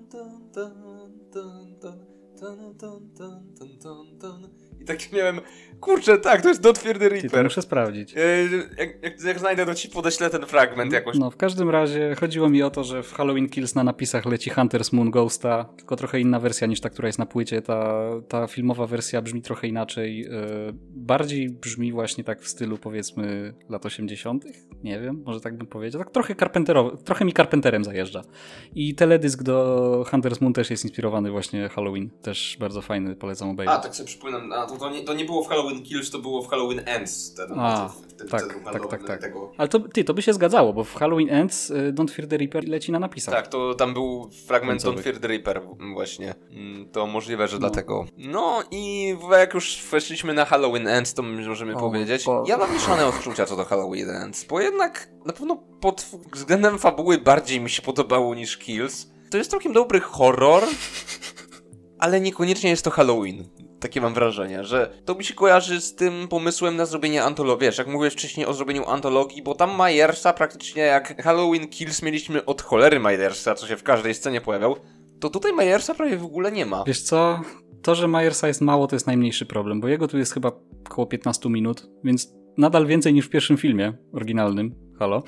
I tak miałem, kurczę, tak, to jest Don't Fear the Reaper. Ty, to muszę sprawdzić. Jak, jak, jak znajdę, to ci podeślę ten fragment jakoś. No, w każdym razie chodziło mi o to, że w Halloween Kills na napisach leci Hunter's Moon Ghosta, tylko trochę inna wersja niż ta, która jest na płycie. Ta, ta filmowa wersja brzmi trochę inaczej. Yy, bardziej brzmi właśnie tak w stylu, powiedzmy, lat osiemdziesiątych. Nie wiem, może tak bym powiedział. Tak trochę Carpenterowo, trochę mi Carpenterem zajeżdża. I teledysk do Hunter's Moon też jest inspirowany właśnie Halloween. Też bardzo fajny, polecam obejrzeć. A, tak sobie przypominam, a to, to, nie, to nie było w Halloween Kills, to było w Halloween Ends. Ten a, motyw, ten, tak, ten tak, tak, tak. Tego... Ale to, ty, to by się zgadzało, bo w Halloween Ends y, Don't Fear the Reaper leci na napisach. Tak, to tam był fragment Don't Fear the Reaper właśnie. To możliwe, że no. dlatego. No i jak już weszliśmy na Halloween Ends, to możemy o, powiedzieć. Bo... Ja mam mieszane odczucia co do Halloween Ends, bo jednak na pewno pod względem fabuły bardziej mi się podobało niż Kills. To jest całkiem dobry horror, ale niekoniecznie jest to Halloween. Takie mam wrażenie, że to mi się kojarzy z tym pomysłem na zrobienie antologii. Wiesz, jak mówiłeś wcześniej o zrobieniu antologii, bo tam Myersa praktycznie jak Halloween Kills mieliśmy od cholery Myersa, co się w każdej scenie pojawiał, to tutaj Myersa prawie w ogóle nie ma. Wiesz co? To, że Myersa jest mało, to jest najmniejszy problem, bo jego tu jest chyba około piętnaście minut, więc nadal więcej niż w pierwszym filmie oryginalnym. Halo?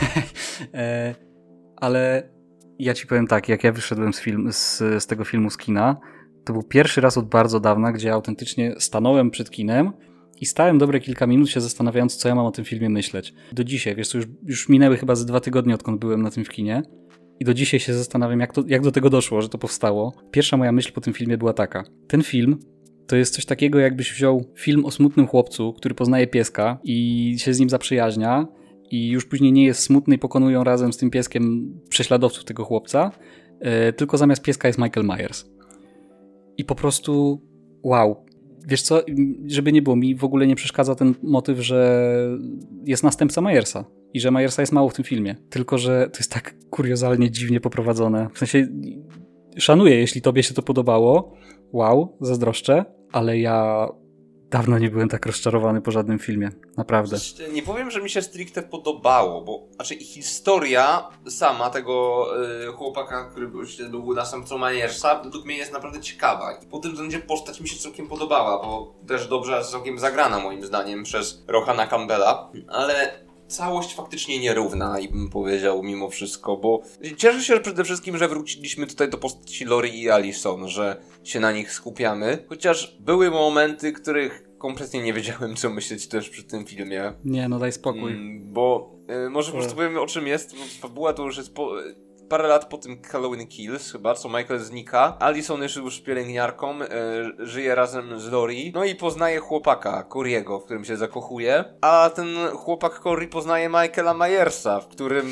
e, ale ja ci powiem tak, jak ja wyszedłem z, film, z, z tego filmu z kina, to był pierwszy raz od bardzo dawna, gdzie autentycznie stanąłem przed kinem i stałem dobre kilka minut się zastanawiając, co ja mam o tym filmie myśleć. Do dzisiaj, wiesz co, już, już minęły chyba ze dwa tygodnie, odkąd byłem na tym w kinie i do dzisiaj się zastanawiam, jak, to, jak do tego doszło, że to powstało. Pierwsza moja myśl po tym filmie była taka. Ten film to jest coś takiego, jakbyś wziął film o smutnym chłopcu, który poznaje pieska i się z nim zaprzyjaźnia i już później nie jest smutny i pokonują razem z tym pieskiem prześladowców tego chłopca, yy, tylko zamiast pieska jest Michael Myers. I po prostu wow. Wiesz co, żeby nie było, mi w ogóle nie przeszkadza ten motyw, że jest następca Myersa. i że Myersa jest mało w tym filmie. Tylko że to jest tak kuriozalnie dziwnie poprowadzone. W sensie szanuję, jeśli tobie się to podobało. Wow, zazdroszczę, ale ja dawno nie byłem tak rozczarowany po żadnym filmie. Naprawdę. Nie powiem, że mi się stricte podobało, bo znaczy historia sama tego y, chłopaka, który był następcą Myersa, według mnie jest naprawdę ciekawa. I po tym względzie postać mi się całkiem podobała, bo też dobrze całkiem zagrana moim zdaniem przez Rohana Campbella, ale całość faktycznie nierówna i bym powiedział mimo wszystko, bo cieszę się przede wszystkim, że wróciliśmy tutaj do postaci Lori i Allison, że się na nich skupiamy, chociaż były momenty, których kompletnie nie wiedziałem, co myśleć też przy tym filmie. Nie, no daj spokój. Mm, bo y, może po prostu powiem, o czym jest, bo fabuła to już jest po, parę lat po tym Halloween Kills chyba, co Michael znika. Allison jest już pielęgniarką, y, żyje razem z Lori, no i poznaje chłopaka, Cory'ego, w którym się zakochuje, a ten chłopak Cory poznaje Michaela Myersa, w którym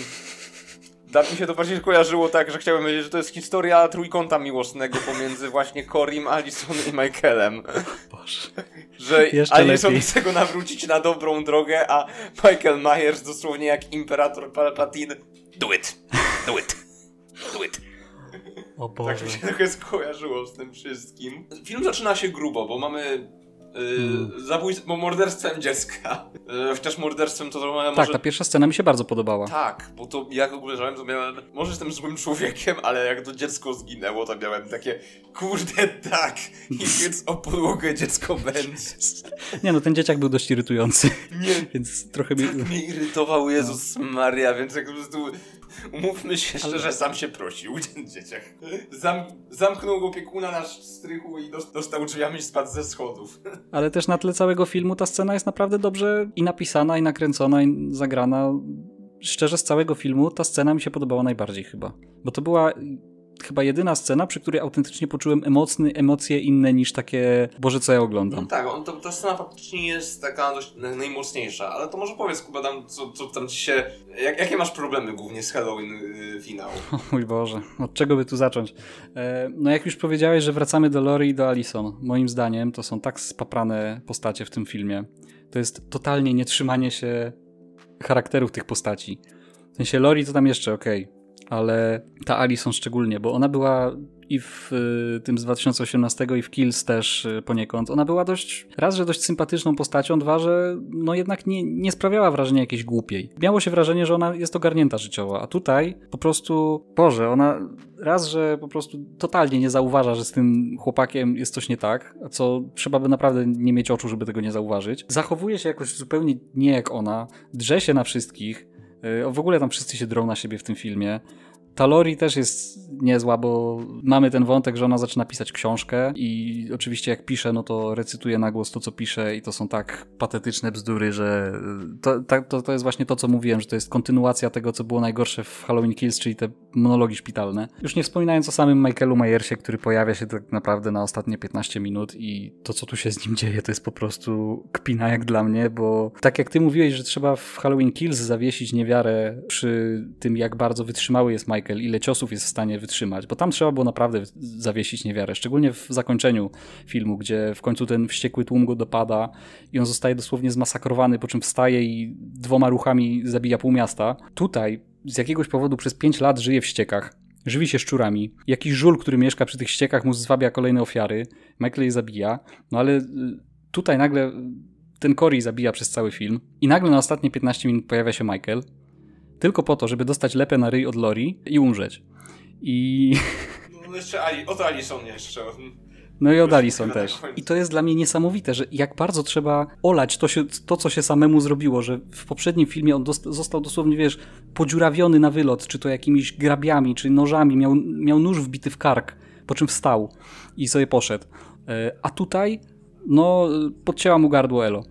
tak mi się to bardziej kojarzyło tak, że chciałem powiedzieć, że to jest historia trójkąta miłosnego pomiędzy właśnie Corym, Allison i Michaelem. Boże. Że Jeszcze Allison lepiej. chce go nawrócić na dobrą drogę, a Michael Myers dosłownie jak imperator Palpatine. Do it, do it, do it. O Boże. Tak mi się trochę skojarzyło z tym wszystkim. Film zaczyna się grubo, bo mamy Yy, hmm. zabójstwo, morderstwem dziecka. Yy, chociaż morderstwem to może... Tak, ta pierwsza scena mi się bardzo podobała. Tak, bo to jak uważałem, to miałem... Może jestem złym człowiekiem, ale jak to dziecko zginęło, to miałem takie kurde tak, i więc o podłogę dziecko będzie. Nie no, ten dzieciak był dość irytujący. Nie, więc trochę mi... tak mnie irytował, Jezus no. Maria, więc jak po prostu... Umówmy się szczerze, ale... sam się prosił, ten dzieciak. Zam... Zamknął go opiekuna na strychu i dostał drzwiami, spadł ze schodów. Ale też na tle całego filmu ta scena jest naprawdę dobrze i napisana, i nakręcona, i zagrana. Szczerze, z całego filmu ta scena mi się podobała najbardziej chyba. Bo to była chyba jedyna scena, przy której autentycznie poczułem emocny, emocje inne niż takie, Boże, co ja oglądam. No tak, on, to, ta scena faktycznie jest taka dość najmocniejsza, ale to może powiedz, Kuba, tam, co, co tam ci się... Jak, jakie masz problemy głównie z Halloween yy, finał? O mój Boże, od czego by tu zacząć? E, no jak już powiedziałeś, że wracamy do Lori i do Allison. Moim zdaniem to są tak spaprane postacie w tym filmie. To jest totalnie nietrzymanie się charakterów tych postaci. W sensie Lori to tam jeszcze okej. Okay. Ale ta Allison szczególnie, bo ona była i w y, tym z dwa tysiące osiemnastego i w Kills też y, poniekąd, ona była dość, raz, że dość sympatyczną postacią, dwa, że no jednak nie, nie sprawiała wrażenia jakiejś głupiej. Miało się wrażenie, że ona jest ogarnięta życiowo, a tutaj po prostu, Boże, ona raz, że po prostu totalnie nie zauważa, że z tym chłopakiem jest coś nie tak, co trzeba by naprawdę nie mieć oczu, żeby tego nie zauważyć. Zachowuje się jakoś zupełnie nie jak ona, drze się na wszystkich. W ogóle tam wszyscy się drą na siebie w tym filmie. Ta Lori też jest niezła, bo mamy ten wątek, że ona zaczyna pisać książkę i oczywiście jak pisze, no to recytuje na głos to, co pisze i to są tak patetyczne bzdury, że to, to, to jest właśnie to, co mówiłem, że to jest kontynuacja tego, co było najgorsze w Halloween Kills, czyli te monologi szpitalne. Już nie wspominając o samym Michaelu Myersie, który pojawia się tak naprawdę na ostatnie piętnaście minut i to, co tu się z nim dzieje, to jest po prostu kpina jak dla mnie, bo tak jak ty mówiłeś, że trzeba w Halloween Kills zawiesić niewiarę przy tym, jak bardzo wytrzymały jest Michael, ile ciosów jest w stanie wytrzymać, bo tam trzeba było naprawdę zawiesić niewiarę, szczególnie w zakończeniu filmu, gdzie w końcu ten wściekły tłum go dopada i on zostaje dosłownie zmasakrowany, po czym wstaje i dwoma ruchami zabija pół miasta. Tutaj z jakiegoś powodu przez pięć lat żyje w ściekach, żywi się szczurami, jakiś żul, który mieszka przy tych ściekach, mu zwabia kolejne ofiary, Michael je zabija, no ale tutaj nagle ten Cory zabija przez cały film i nagle na ostatnie piętnaście minut pojawia się Michael, tylko po to, żeby dostać lepę na ryj od Lori i umrzeć. I... No jeszcze Ali, od Allison jeszcze. No i od Allison też. I to jest dla mnie niesamowite, że jak bardzo trzeba olać to, się, to co się samemu zrobiło, że w poprzednim filmie on dost- został dosłownie, wiesz, podziurawiony na wylot, czy to jakimiś grabiami, czy nożami, miał, miał nóż wbity w kark, po czym wstał i sobie poszedł. A tutaj, no, podcięła mu gardło Elo.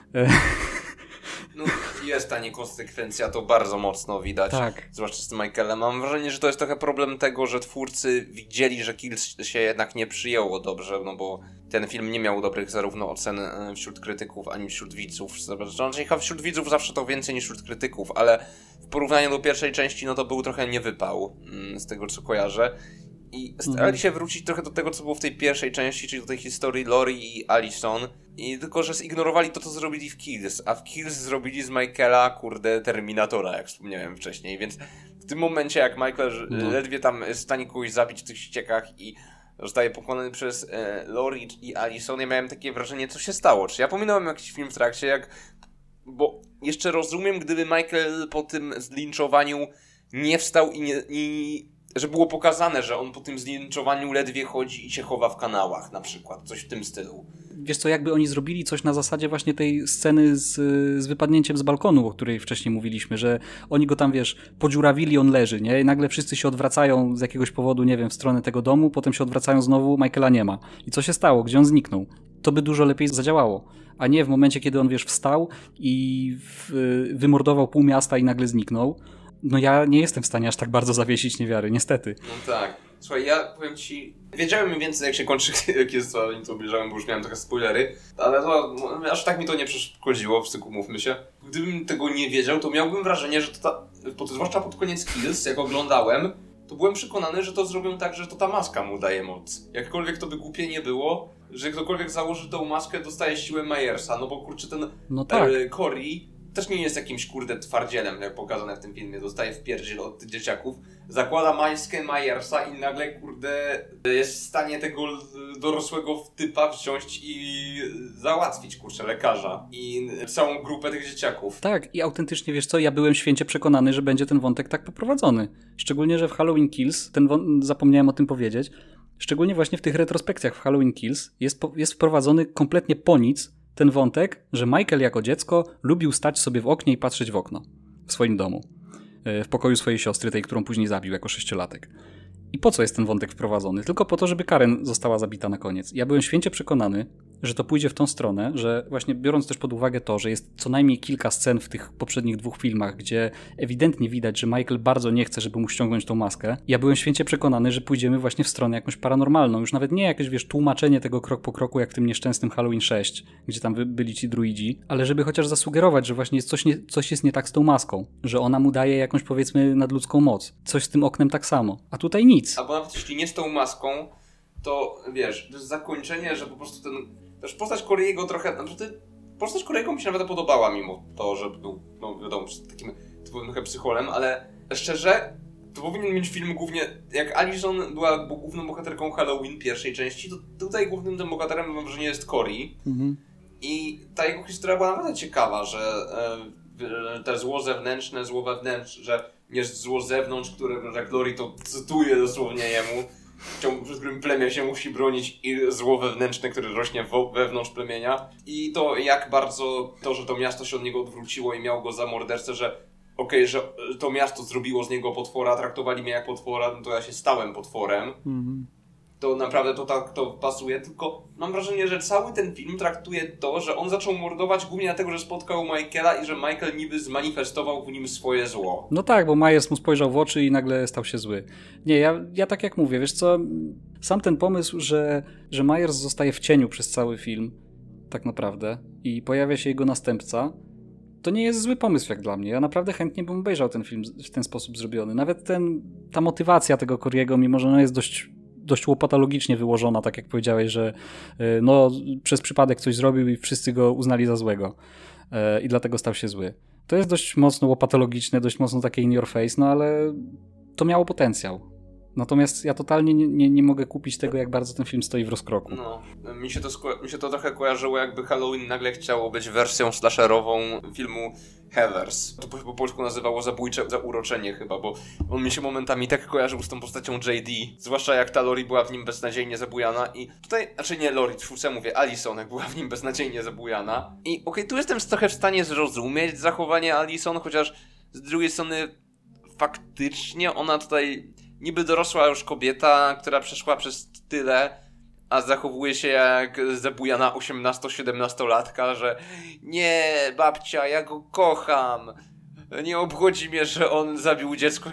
No jest ta niekonsekwencja, to bardzo mocno widać. Tak. Zwłaszcza z tym Michaelem. Mam wrażenie, że to jest trochę problem tego, że twórcy widzieli, że Kills się jednak nie przyjęło dobrze, no bo ten film nie miał dobrych zarówno ocen wśród krytyków, ani wśród widzów. Znaczy, wśród widzów zawsze to więcej niż wśród krytyków, ale w porównaniu do pierwszej części, no to był trochę niewypał, z tego co kojarzę. I starali się wrócić trochę do tego, co było w tej pierwszej części, czyli do tej historii Lori i Allison. I tylko, że zignorowali to, co zrobili w Kills, a w Kills zrobili z Michaela, kurde, Terminatora, jak wspomniałem wcześniej, więc w tym momencie, jak Michael no. ledwie tam jest w stanie kogoś zabić w tych ściekach i zostaje pokonany przez e, Laurie i Allison, ja miałem takie wrażenie, co się stało. Czy ja pominąłem jakiś film w trakcie, jak... Bo jeszcze rozumiem, gdyby Michael po tym zlinczowaniu nie wstał i nie... I... że było pokazane, że on po tym zlinczowaniu ledwie chodzi i się chowa w kanałach, na przykład. Coś w tym stylu. Wiesz co, jakby oni zrobili coś na zasadzie właśnie tej sceny z, z wypadnięciem z balkonu, o której wcześniej mówiliśmy, że oni go tam, wiesz, podziurawili, on leży, nie? I nagle wszyscy się odwracają z jakiegoś powodu, nie wiem, w stronę tego domu, potem się odwracają znowu, Michaela nie ma. I co się stało? Gdzie on zniknął? To by dużo lepiej zadziałało. A nie w momencie, kiedy on, wiesz, wstał i w, wymordował pół miasta i nagle zniknął. No ja nie jestem w stanie aż tak bardzo zawiesić niewiary, niestety. No tak. Słuchaj, ja powiem ci... Wiedziałem mniej więcej, jak się kończy, jak jest to, to obejrzałem, bo już miałem trochę spoilery, ale to, aż tak mi to nie przeszkodziło, w styku mówmy się. Gdybym tego nie wiedział, to miałbym wrażenie, że to ta... Zwłaszcza pod koniec Kills, jak oglądałem, to byłem przekonany, że to zrobią tak, że to ta maska mu daje moc. Jakkolwiek to by głupie nie było, że ktokolwiek założy tą maskę, dostaje siłę Myersa, no bo kurczę, ten no tak. e, Corey też nie jest jakimś, kurde, twardzielem, jak pokazane w tym filmie. Dostaje w pierdziel od tych dzieciaków. Zakłada maskę Myersa i nagle, kurde, jest w stanie tego dorosłego typa wziąć i załatwić, kurczę, lekarza. I całą grupę tych dzieciaków. Tak, i autentycznie, wiesz co, ja byłem święcie przekonany, że będzie ten wątek tak poprowadzony. Szczególnie, że w Halloween Kills, ten wą- zapomniałem o tym powiedzieć, szczególnie właśnie w tych retrospekcjach w Halloween Kills jest, po- jest wprowadzony kompletnie po nic ten wątek, że Michael jako dziecko lubił stać sobie w oknie i patrzeć w okno w swoim domu, w pokoju swojej siostry, tej, którą później zabił jako sześciolatek. I po co jest ten wątek wprowadzony? Tylko po to, żeby Karen została zabita na koniec. Ja byłem święcie przekonany, że to pójdzie w tą stronę, że właśnie biorąc też pod uwagę to, że jest co najmniej kilka scen w tych poprzednich dwóch filmach, gdzie ewidentnie widać, że Michael bardzo nie chce, żeby mu ściągnąć tą maskę. Ja byłem święcie przekonany, że pójdziemy właśnie w stronę jakąś paranormalną. Już nawet nie jakieś, wiesz, tłumaczenie tego krok po kroku, jak w tym nieszczęsnym Halloween sześć, gdzie tam byli ci druidzi, ale żeby chociaż zasugerować, że właśnie jest coś, nie, coś jest nie tak z tą maską, że ona mu daje jakąś, powiedzmy, nadludzką moc. Coś z tym oknem tak samo. A tutaj nic. Albo nawet jeśli nie z tą maską, to wiesz, to jest zakończenie, że po prostu ten... Też postać Corey'ego trochę... Naprawdę, postać Corey'ego mi się nawet podobała, mimo to, że był, no wiadomo, takim typowym trochę psycholem, ale szczerze, to powinien mieć film głównie... Jak Allison była główną bohaterką Halloween pierwszej części, to tutaj głównym tym bohaterem, mam wrażenie, jest Corey. Mhm. I ta jego historia była naprawdę ciekawa, że e, te zło zewnętrzne, zło wewnętrzne, że jest zło z zewnątrz, które, jak Laurie to cytuje dosłownie jemu, przed którym plemię się musi bronić, i zło wewnętrzne, które rośnie wewnątrz plemienia. I to jak bardzo to, że to miasto się od niego odwróciło i miało go za mordercę, że okej, okay, że to miasto zrobiło z niego potwora, traktowali mnie jak potwora, no to ja się stałem potworem. Mhm. To naprawdę to tak to pasuje, tylko mam wrażenie, że cały ten film traktuje to, że on zaczął mordować głównie dlatego, że spotkał Michaela i że Michael niby zmanifestował w nim swoje zło. No tak, bo Myers mu spojrzał w oczy i nagle stał się zły. Nie, ja, ja tak jak mówię, wiesz co, sam ten pomysł, że, że Myers zostaje w cieniu przez cały film, tak naprawdę, i pojawia się jego następca, to nie jest zły pomysł jak dla mnie. Ja naprawdę chętnie bym obejrzał ten film w ten sposób zrobiony. Nawet ten, ta motywacja tego Corey'ego, mimo że ona jest dość... dość łopatologicznie wyłożona, tak jak powiedziałeś, że no przez przypadek coś zrobił i wszyscy go uznali za złego i dlatego stał się zły. To jest dość mocno łopatologiczne, dość mocno takie in your face, no ale to miało potencjał. Natomiast ja totalnie nie, nie, nie mogę kupić tego, jak bardzo ten film stoi w rozkroku. No, mi się to, sko- mi się to trochę kojarzyło, jakby Halloween nagle chciało być wersją slasherową filmu Heathers. To po polsku nazywało Zabójcze Zauroczenie chyba, bo on mi się momentami tak kojarzył z tą postacią J D. Zwłaszcza jak ta Laurie była w nim beznadziejnie zabujana i tutaj, znaczy nie Laurie, twórcę mówię, Allison, jak była w nim beznadziejnie zabujana. I okej, okay, tu jestem trochę w stanie zrozumieć zachowanie Allison, chociaż z drugiej strony faktycznie ona tutaj... Niby dorosła już kobieta, która przeszła przez tyle, a zachowuje się jak zabujana osiemnasto-siedemnastolatka, że nie, babcia, ja go kocham, nie obchodzi mnie, że on zabił dziecko.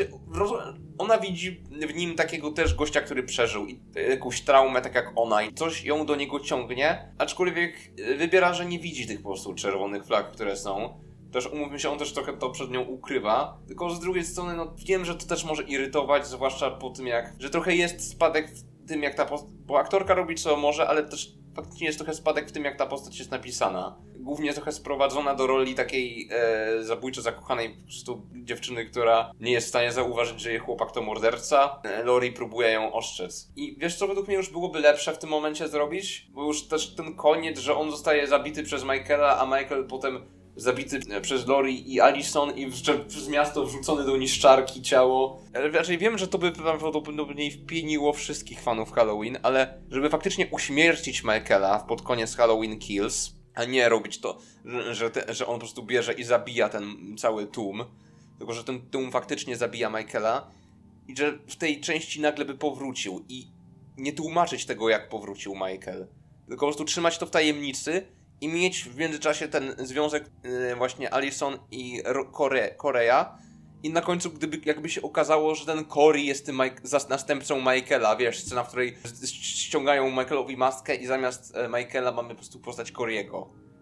Ona widzi w nim takiego też gościa, który przeżył i jakąś traumę, tak jak ona, i coś ją do niego ciągnie, aczkolwiek wybiera, że nie widzi tych po prostu czerwonych flag, które są. Też umówmy się, on też trochę to przed nią ukrywa, tylko z drugiej strony no wiem, że to też może irytować, zwłaszcza po tym jak, że trochę jest spadek w tym jak ta, post- bo aktorka robi co może, ale też faktycznie jest trochę spadek w tym, jak ta postać jest napisana. Głównie trochę sprowadzona do roli takiej e, zabójczo zakochanej po prostu dziewczyny, która nie jest w stanie zauważyć, że jej chłopak to morderca. E, Lori próbuje ją ostrzec. I wiesz co, według mnie już byłoby lepsze w tym momencie zrobić? Bo już też ten koniec, że on zostaje zabity przez Michaela, a Michael potem zabity przez Lori i Allison i przez miasto wrzucony do niszczarki ciało. Raczej wiem, że to by prawdopodobnie wpieniło wszystkich fanów Halloween, ale żeby faktycznie uśmiercić Michaela pod koniec Halloween Kills, a nie robić to, że, że, te, że on po prostu bierze i zabija ten cały tłum, tylko że ten tłum faktycznie zabija Michaela i że w tej części nagle by powrócił i nie tłumaczyć tego, jak powrócił Michael, tylko po prostu trzymać to w tajemnicy i mieć w międzyczasie ten związek yy, właśnie Allison i Kore- Korea i na końcu gdyby jakby się okazało, że ten Corey jest tym Mike- następcą Michaela, wiesz, scena, w której ściągają Michaelowi maskę i zamiast e, Michaela mamy po prostu postać Corey'ego.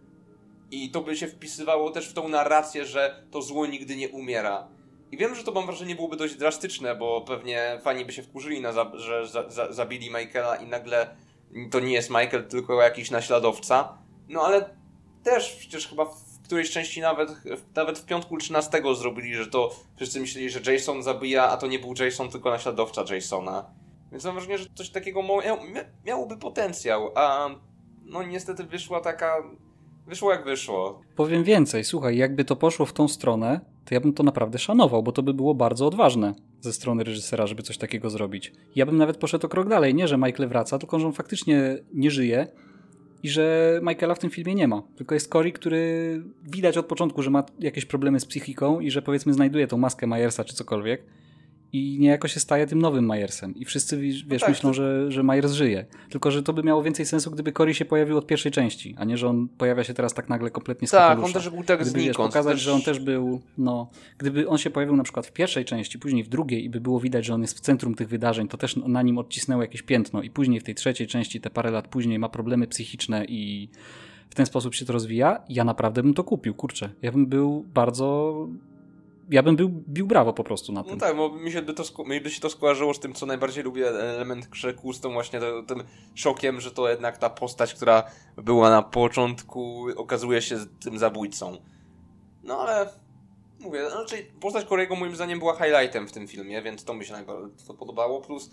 I to by się wpisywało też w tą narrację, że to zło nigdy nie umiera. I wiem, że to mam wrażenie byłoby dość drastyczne, bo pewnie fani by się wkurzyli, na za- że za- za- zabili Michaela i nagle to nie jest Michael, tylko jakiś naśladowca. No ale też przecież chyba w którejś części nawet, nawet w piątku trzynastego zrobili, że to wszyscy myśleli, że Jason zabija, a to nie był Jason, tylko naśladowca Jasona. Więc mam wrażenie, że coś takiego miał, miałoby potencjał, a no niestety wyszła taka... Wyszło jak wyszło. Powiem więcej, słuchaj, jakby to poszło w tą stronę, to ja bym to naprawdę szanował, bo to by było bardzo odważne ze strony reżysera, żeby coś takiego zrobić. Ja bym nawet poszedł o krok dalej, nie, że Michael wraca, tylko że on faktycznie nie żyje i że Michaela w tym filmie nie ma. Tylko jest Corey, który widać od początku, że ma jakieś problemy z psychiką i że powiedzmy znajduje tą maskę Myersa czy cokolwiek i niejako się staje tym nowym Myersem. I wszyscy, wiesz, no tak, myślą, to... że, że Myers żyje. Tylko, że to by miało więcej sensu, gdyby Corey się pojawił od pierwszej części, a nie, że on pojawia się teraz tak nagle kompletnie z Tak, kapelusza. on też był tak gdyby, znikąd. Wiesz, pokazać, też... że on też był, no, gdyby on się pojawił na przykład w pierwszej części, później w drugiej i by było widać, że on jest w centrum tych wydarzeń, to też na nim odcisnęło jakieś piętno i później w tej trzeciej części, te parę lat później ma problemy psychiczne i w ten sposób się to rozwija, ja naprawdę bym to kupił, kurczę. Ja bym był bardzo... Ja bym był, bił brawo po prostu na tym. No tak, bo mi się by, to sko- mi by się to skojarzyło z tym, co najbardziej lubię, element krzyku, z tą właśnie to, tym szokiem, że to jednak ta postać, która była na początku, okazuje się tym zabójcą. No ale mówię, znaczy postać Corey'ego moim zdaniem była highlightem w tym filmie, więc to mi się najbardziej to podobało, plus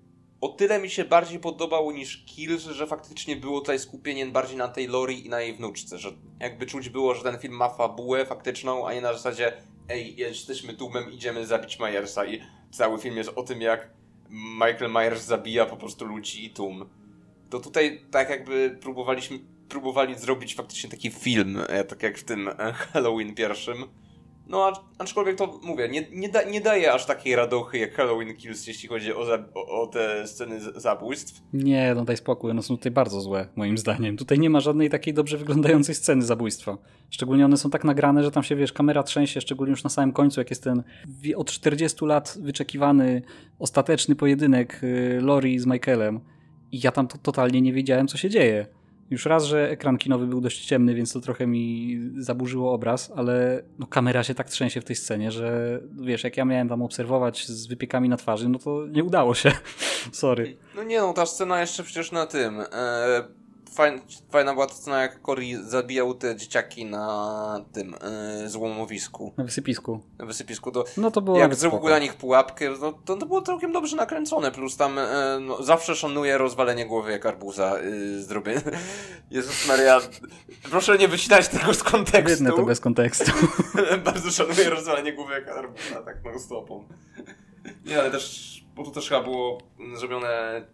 o tyle mi się bardziej podobało niż Kills, że faktycznie było tutaj skupienie bardziej na tej Lori i na jej wnuczce, że jakby czuć było, że ten film ma fabułę faktyczną, a nie na zasadzie ej, jesteśmy tłumem, idziemy zabić Myersa i cały film jest o tym, jak Michael Myers zabija po prostu ludzi i tłum. To tutaj tak jakby próbowaliśmy, próbowali zrobić faktycznie taki film, tak jak w tym Halloween pierwszym. No, aczkolwiek to mówię, nie, nie, da, nie daje aż takiej radochy jak Halloween Kills, jeśli chodzi o, za, o, o te sceny zabójstw. Nie, no daj spokój, one są tutaj bardzo złe, moim zdaniem. Tutaj nie ma żadnej takiej dobrze wyglądającej sceny zabójstwa. Szczególnie one są tak nagrane, że tam się, wiesz, kamera trzęsie, szczególnie już na samym końcu, jak jest ten od czterdziestu lat wyczekiwany ostateczny pojedynek Lori z Michaelem. I ja tam to, totalnie nie wiedziałem, co się dzieje. Już raz, że ekran kinowy był dość ciemny, więc to trochę mi zaburzyło obraz, ale no, kamera się tak trzęsie w tej scenie, że wiesz, jak ja miałem tam obserwować z wypiekami na twarzy, no to nie udało się. Sorry. No nie no, ta scena jeszcze przecież na tym... E... Fajna, fajna była ta scena, jak Corey zabijał te dzieciaki na tym yy, złomowisku. Na wysypisku. Na wysypisku. To no to było jak zrobił dla nich pułapkę, no, to, to było całkiem dobrze nakręcone. Plus tam yy, no, zawsze szanuję rozwalenie głowy jak arbuza yy, zrobię. Jezus Maria, proszę nie wycinać tego z kontekstu. Wydnę to bez kontekstu. Bardzo szanuję rozwalenie głowy jak arbuza, tak no stopą. Nie, ale też, bo to też chyba było zrobione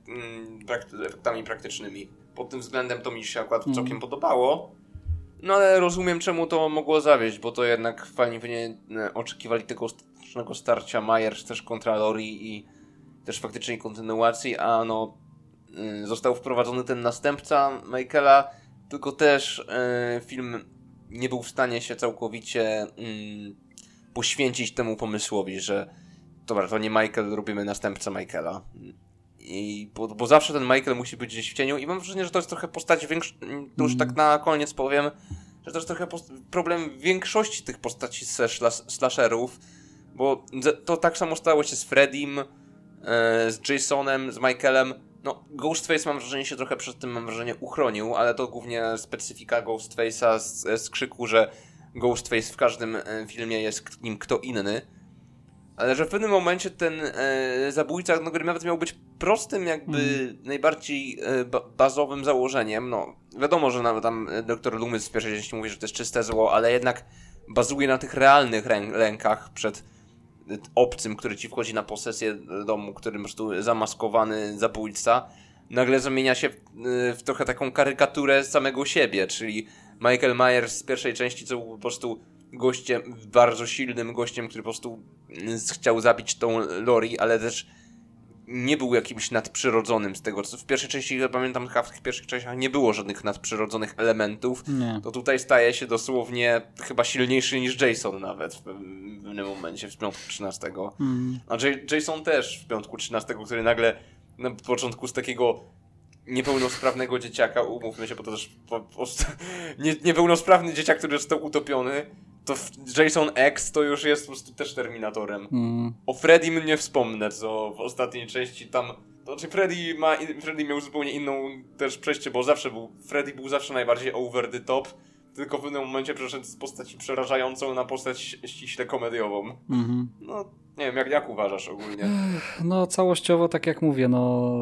mm, prakty- efektami praktycznymi. Pod tym względem to mi się akurat całkiem mm. podobało. No ale rozumiem, czemu to mogło zawieść, bo to jednak fani pewnie oczekiwali tego ostatecznego starcia Myers też kontra Lori i też faktycznej kontynuacji, a no y, został wprowadzony ten następca Michaela, tylko też y, film nie był w stanie się całkowicie y, poświęcić temu pomysłowi, że dobra, to nie Michael, robimy następcę Michaela. I bo, bo zawsze ten Michael musi być gdzieś w cieniu i mam wrażenie, że to jest trochę postać większo- to już tak na koniec powiem, że to jest trochę post- problem większości tych postaci ze szla- slasherów, bo to tak samo stało się z Freddym, e, z Jasonem, z Michaelem, No, Ghostface mam wrażenie się trochę przed tym, mam wrażenie, uchronił, ale to głównie specyfika Ghostface'a z, z krzyku, że Ghostface w każdym filmie jest nim kto inny. Ale że w pewnym momencie ten e, zabójca, no, który nawet miał być prostym, jakby mm. najbardziej e, ba- bazowym założeniem, no wiadomo, że nawet tam doktor Loomis w pierwszej części mówi, że to jest czyste zło, ale jednak bazuje na tych realnych rę- lękach przed obcym, który ci wchodzi na posesję domu, którym po prostu zamaskowany zabójca, nagle zamienia się w, w trochę taką karykaturę samego siebie, czyli Michael Myers z pierwszej części, co był po prostu gościem, bardzo silnym gościem, który po prostu chciał zabić tą Lori, ale też nie był jakimś nadprzyrodzonym z tego, co w pierwszej części, ja pamiętam, w tych pierwszych częściach nie było żadnych nadprzyrodzonych elementów, nie. To tutaj staje się dosłownie chyba silniejszy niż Jason nawet w pewnym momencie, w piątku trzynastego. Mm. A J- Jason też w piątku trzynastego, który nagle na początku z takiego niepełnosprawnego dzieciaka, umówmy się, bo to też po, po, nie, niepełnosprawny dzieciak, który został utopiony, to Jason X to już jest po prostu też Terminatorem. Mm. O Freddym nie wspomnę, co w ostatniej części tam... To znaczy Freddy, ma, Freddy miał zupełnie inną też przejście, bo zawsze był... Freddy był zawsze najbardziej over the top, tylko w pewnym momencie przeszedł z postaci przerażającą na postać ściśle komediową. Mm-hmm. No, nie wiem, jak, jak uważasz ogólnie? No, całościowo, tak jak mówię, no...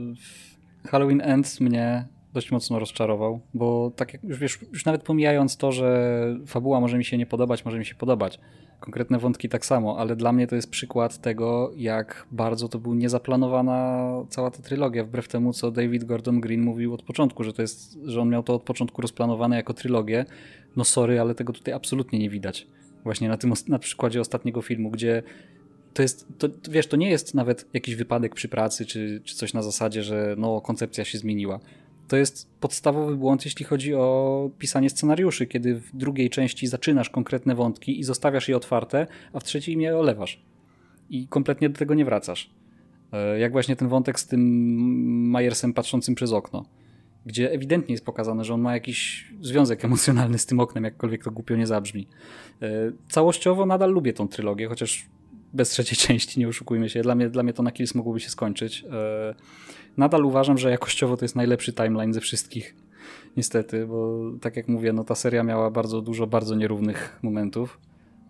Halloween Ends mnie dość mocno rozczarował, bo tak jak już wiesz, już nawet pomijając to, że fabuła może mi się nie podobać, może mi się podobać, konkretne wątki tak samo, ale dla mnie to jest przykład tego, jak bardzo to był niezaplanowana cała ta trylogia, wbrew temu, co David Gordon Green mówił od początku, że to jest, że on miał to od początku rozplanowane jako trylogię. No sorry, ale tego tutaj absolutnie nie widać. Właśnie na tym, na przykładzie ostatniego filmu, gdzie to jest, to, wiesz, to nie jest nawet jakiś wypadek przy pracy, czy, czy coś na zasadzie, że no, koncepcja się zmieniła. To jest podstawowy błąd, jeśli chodzi o pisanie scenariuszy, kiedy w drugiej części zaczynasz konkretne wątki i zostawiasz je otwarte, a w trzeciej je olewasz. I kompletnie do tego nie wracasz. Jak właśnie ten wątek z tym Myersem patrzącym przez okno, gdzie ewidentnie jest pokazane, że on ma jakiś związek emocjonalny z tym oknem, jakkolwiek to głupio nie zabrzmi. Całościowo nadal lubię tą trylogię, chociaż bez trzeciej części, nie oszukujmy się. Dla mnie, dla mnie to na Kills mogłoby się skończyć. Nadal uważam, że jakościowo to jest najlepszy timeline ze wszystkich. Niestety, bo tak jak mówię, no ta seria miała bardzo dużo, bardzo nierównych momentów.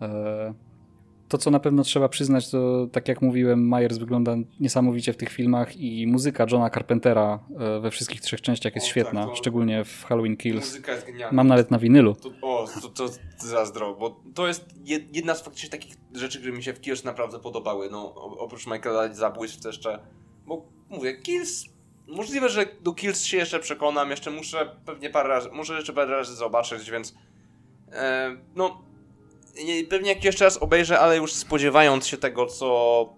To, co na pewno trzeba przyznać, to tak jak mówiłem, Myers wygląda niesamowicie w tych filmach i muzyka Johna Carpentera we wszystkich trzech częściach jest o, świetna, tak, to... szczególnie w Halloween Kills. Muzyka jest genialna. Mam nawet na winylu. To, o, to, to zazdro, bo to jest jedna z faktycznie takich rzeczy, które mi się w Kills naprawdę podobały. No, oprócz Michaela zabójstw to jeszcze, bo mówię, Kills, możliwe, że do Kills się jeszcze przekonam, jeszcze muszę pewnie parę razy, może jeszcze parę razy zobaczyć, więc e, no pewnie jak jeszcze raz obejrzę, ale już spodziewając się tego, co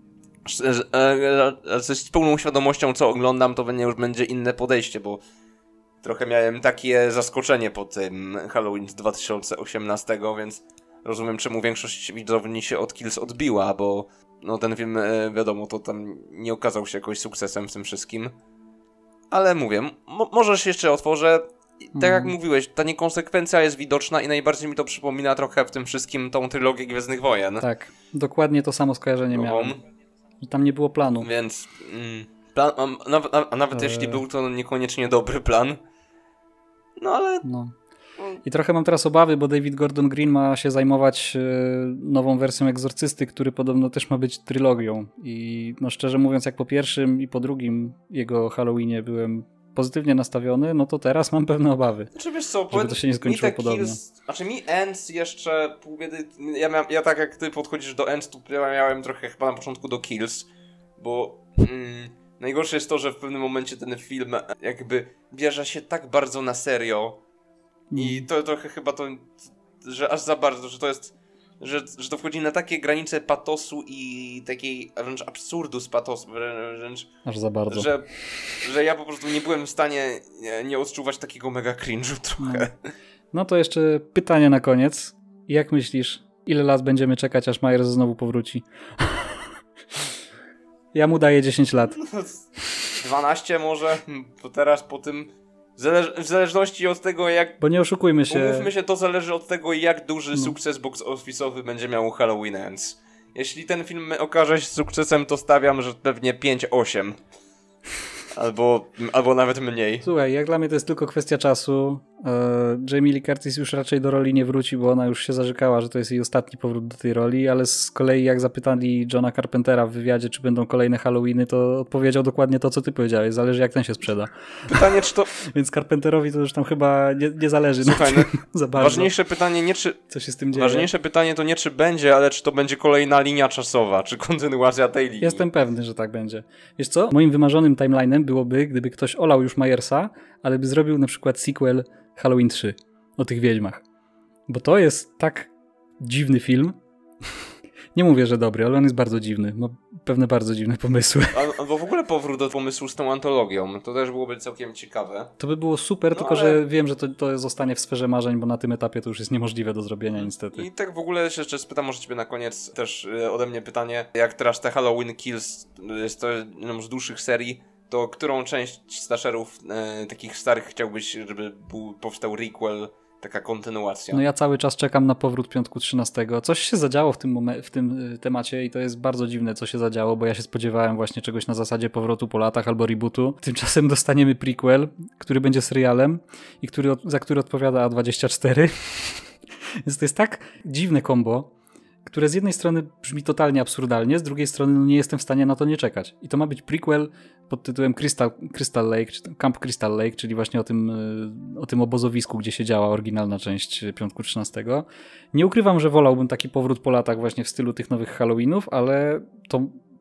z pełną świadomością, co oglądam, to już będzie inne podejście, bo trochę miałem takie zaskoczenie po tym Halloween z dwa tysiące osiemnastego, więc rozumiem, czemu większość widzowni się od Kills odbiła, bo no ten film, wiadomo, to tam nie okazał się jakoś sukcesem w tym wszystkim. Ale mówię, mo- może się jeszcze otworzę. Tak jak mm. mówiłeś, ta niekonsekwencja jest widoczna i najbardziej mi to przypomina trochę w tym wszystkim tą trylogię Gwiezdnych Wojen. Tak, dokładnie to samo skojarzenie no, miałem. I tam nie było planu. Więc, mm, plan, a, nawet, a, a nawet e... jeśli był to niekoniecznie dobry plan, no ale... No. I trochę mam teraz obawy, bo David Gordon Green ma się zajmować nową wersją Egzorcysty, który podobno też ma być trylogią. I no szczerze mówiąc, jak po pierwszym i po drugim jego Halloweenie byłem pozytywnie nastawiony, no to teraz mam pewne obawy. Znaczy wiesz co, żeby to się nie skończyło mi podobnie. Kills, znaczy mi Ends jeszcze pół biedy, ja, miałem, ja tak jak ty podchodzisz do Ends, to ja miałem trochę chyba na początku do Kills, bo mm, najgorsze jest to, że w pewnym momencie ten film jakby bierze się tak bardzo na serio mm. i to trochę chyba to, że aż za bardzo, że to jest Że, że to wchodzi na takie granice patosu i takiej wręcz absurdu z patosu, wręcz, aż za bardzo. Że, że ja po prostu nie byłem w stanie nie, nie odczuwać takiego mega cringe'u trochę. No. no to jeszcze pytanie na koniec. Jak myślisz, ile lat będziemy czekać, aż Myers znowu powróci? Ja mu daję dziesięć lat. dwanaście może, bo teraz po tym... Zależ- w zależności od tego, jak... Bo nie oszukujmy się... Umówmy się, to zależy od tego, jak duży no. sukces box office'owy będzie miał Halloween Ends. Jeśli ten film okaże się sukcesem, to stawiam, że pewnie pięć osiem. Albo, albo nawet mniej. Słuchaj, jak dla mnie to jest tylko kwestia czasu. Jamie Lee Curtis już raczej do roli nie wróci, bo ona już się zarzekała, że to jest jej ostatni powrót do tej roli, ale z kolei jak zapytali Johna Carpentera w wywiadzie, czy będą kolejne Halloweeny, to odpowiedział dokładnie to, co ty powiedziałeś. Zależy, jak ten się sprzeda. Pytanie, czy to... Więc Carpenterowi to już tam chyba nie, nie zależy. Słuchaj, na tym za bardzo. Ważniejsze pytanie nie czy... Co się z tym dzieje? Ważniejsze pytanie to nie czy będzie, ale czy to będzie kolejna linia czasowa, czy kontynuacja tej linii. Jestem pewny, że tak będzie. Wiesz co? Moim wymarzonym timelinem byłoby, gdyby ktoś olał już Myersa, ale by zrobił na przykład sequel Halloween trzy o tych wiedźmach. Bo to jest tak dziwny film. Nie mówię, że dobry, ale on jest bardzo dziwny. Ma pewne bardzo dziwne pomysły. Albo w ogóle powrót do pomysłu z tą antologią. To też byłoby całkiem ciekawe. To by było super, no, tylko ale... że wiem, że to, to zostanie w sferze marzeń, bo na tym etapie to już jest niemożliwe do zrobienia niestety. I tak w ogóle się jeszcze spytam, może ciebie na koniec też ode mnie pytanie. Jak teraz te Halloween Kills jest to jedną z dłuższych serii, to którą część slasherów e, takich starych chciałbyś, żeby był, powstał requel, taka kontynuacja? No ja cały czas czekam na powrót Piątku trzynastego. Coś się zadziało w tym, momen- w tym temacie i to jest bardzo dziwne, co się zadziało, bo ja się spodziewałem właśnie czegoś na zasadzie powrotu po latach albo rebootu. Tymczasem dostaniemy prequel, który będzie serialem i który, za który odpowiada A dwadzieścia cztery. Więc to jest tak dziwne kombo, które z jednej strony brzmi totalnie absurdalnie, z drugiej strony no nie jestem w stanie na to nie czekać. I to ma być prequel pod tytułem Crystal, Crystal Lake, czy Camp Crystal Lake, czyli właśnie o tym, o tym obozowisku, gdzie się działa oryginalna część Piątku trzynastego. Nie ukrywam, że wolałbym taki powrót po latach właśnie w stylu tych nowych Halloweenów, ale to,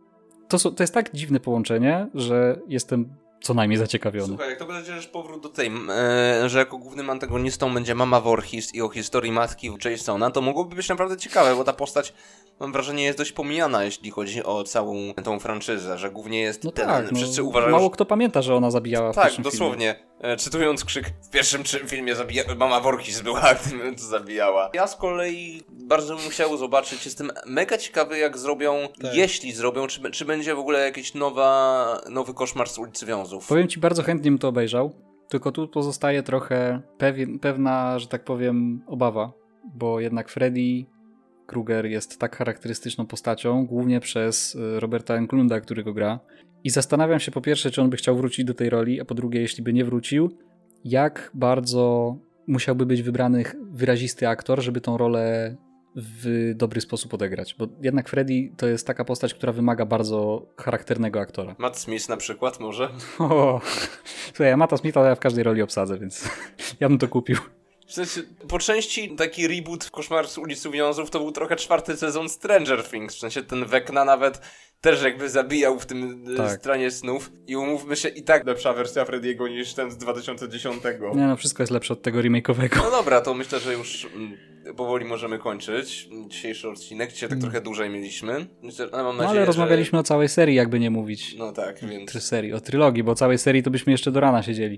to, to jest tak dziwne połączenie, że jestem co najmniej zaciekawiony. Słuchaj, jak to będziesz powrót do tej, e, że jako głównym antagonistą będzie mama Voorhees i o historii matki Jasona, to mogłoby być naprawdę ciekawe, bo ta postać, mam wrażenie, jest dość pomijana, jeśli chodzi o całą tą franczyzę, że głównie jest no ten, tak, wszyscy no, uważają, mało że... kto pamięta, że ona zabijała w tak, pierwszym dosłownie. filmie. E, czytując krzyk, w pierwszym filmie zabija... mama Voorhees była tym, co zabijała. Ja z kolei bardzo bym chciał zobaczyć, jestem mega ciekawy, jak zrobią, tak. jeśli zrobią, czy, czy będzie w ogóle jakiś nowa, nowy koszmar z ulicy Wiązów. Powiem ci, bardzo chętnie bym to obejrzał, tylko tu pozostaje trochę pewien, pewna, że tak powiem, obawa, bo jednak Freddy Krueger jest tak charakterystyczną postacią, głównie przez Roberta Englunda, który go gra. I zastanawiam się po pierwsze, czy on by chciał wrócić do tej roli, a po drugie, jeśli by nie wrócił, jak bardzo musiałby być wybrany wyrazisty aktor, żeby tą rolę w dobry sposób odegrać. Bo jednak Freddy to jest taka postać, która wymaga bardzo charakternego aktora. Matt Smith na przykład może? O, słuchaj, ja Matta Smitha ja w każdej roli obsadzę, więc ja bym to kupił. W sensie, po części taki reboot Koszmar z ulicy Wiązów to był trochę czwarty sezon Stranger Things. W sensie ten Vecna nawet też jakby zabijał w tym tak. Stranie snów. I umówmy się, i tak lepsza wersja Freddy'ego niż ten z dwa tysiące dziesiątego. Nie no, wszystko jest lepsze od tego remake'owego. No dobra, to myślę, że już mm, powoli możemy kończyć dzisiejszy odcinek. Dzisiaj tak mm. trochę dłużej mieliśmy. Myślę, no, mam nadzieję, no ale rozmawialiśmy że... o całej serii, jakby nie mówić. No tak, więc... Trzy serii, o trylogii, bo o całej serii to byśmy jeszcze do rana siedzieli.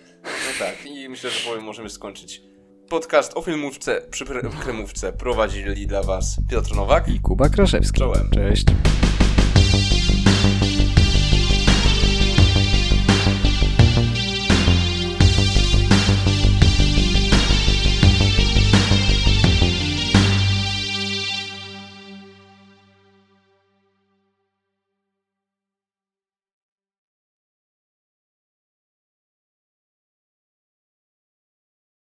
No tak, i myślę, że powoli możemy skończyć. Podcast o filmówce przy kremówce prowadzili dla was Piotr Nowak i Kuba Kraszewski. Czołem. Cześć.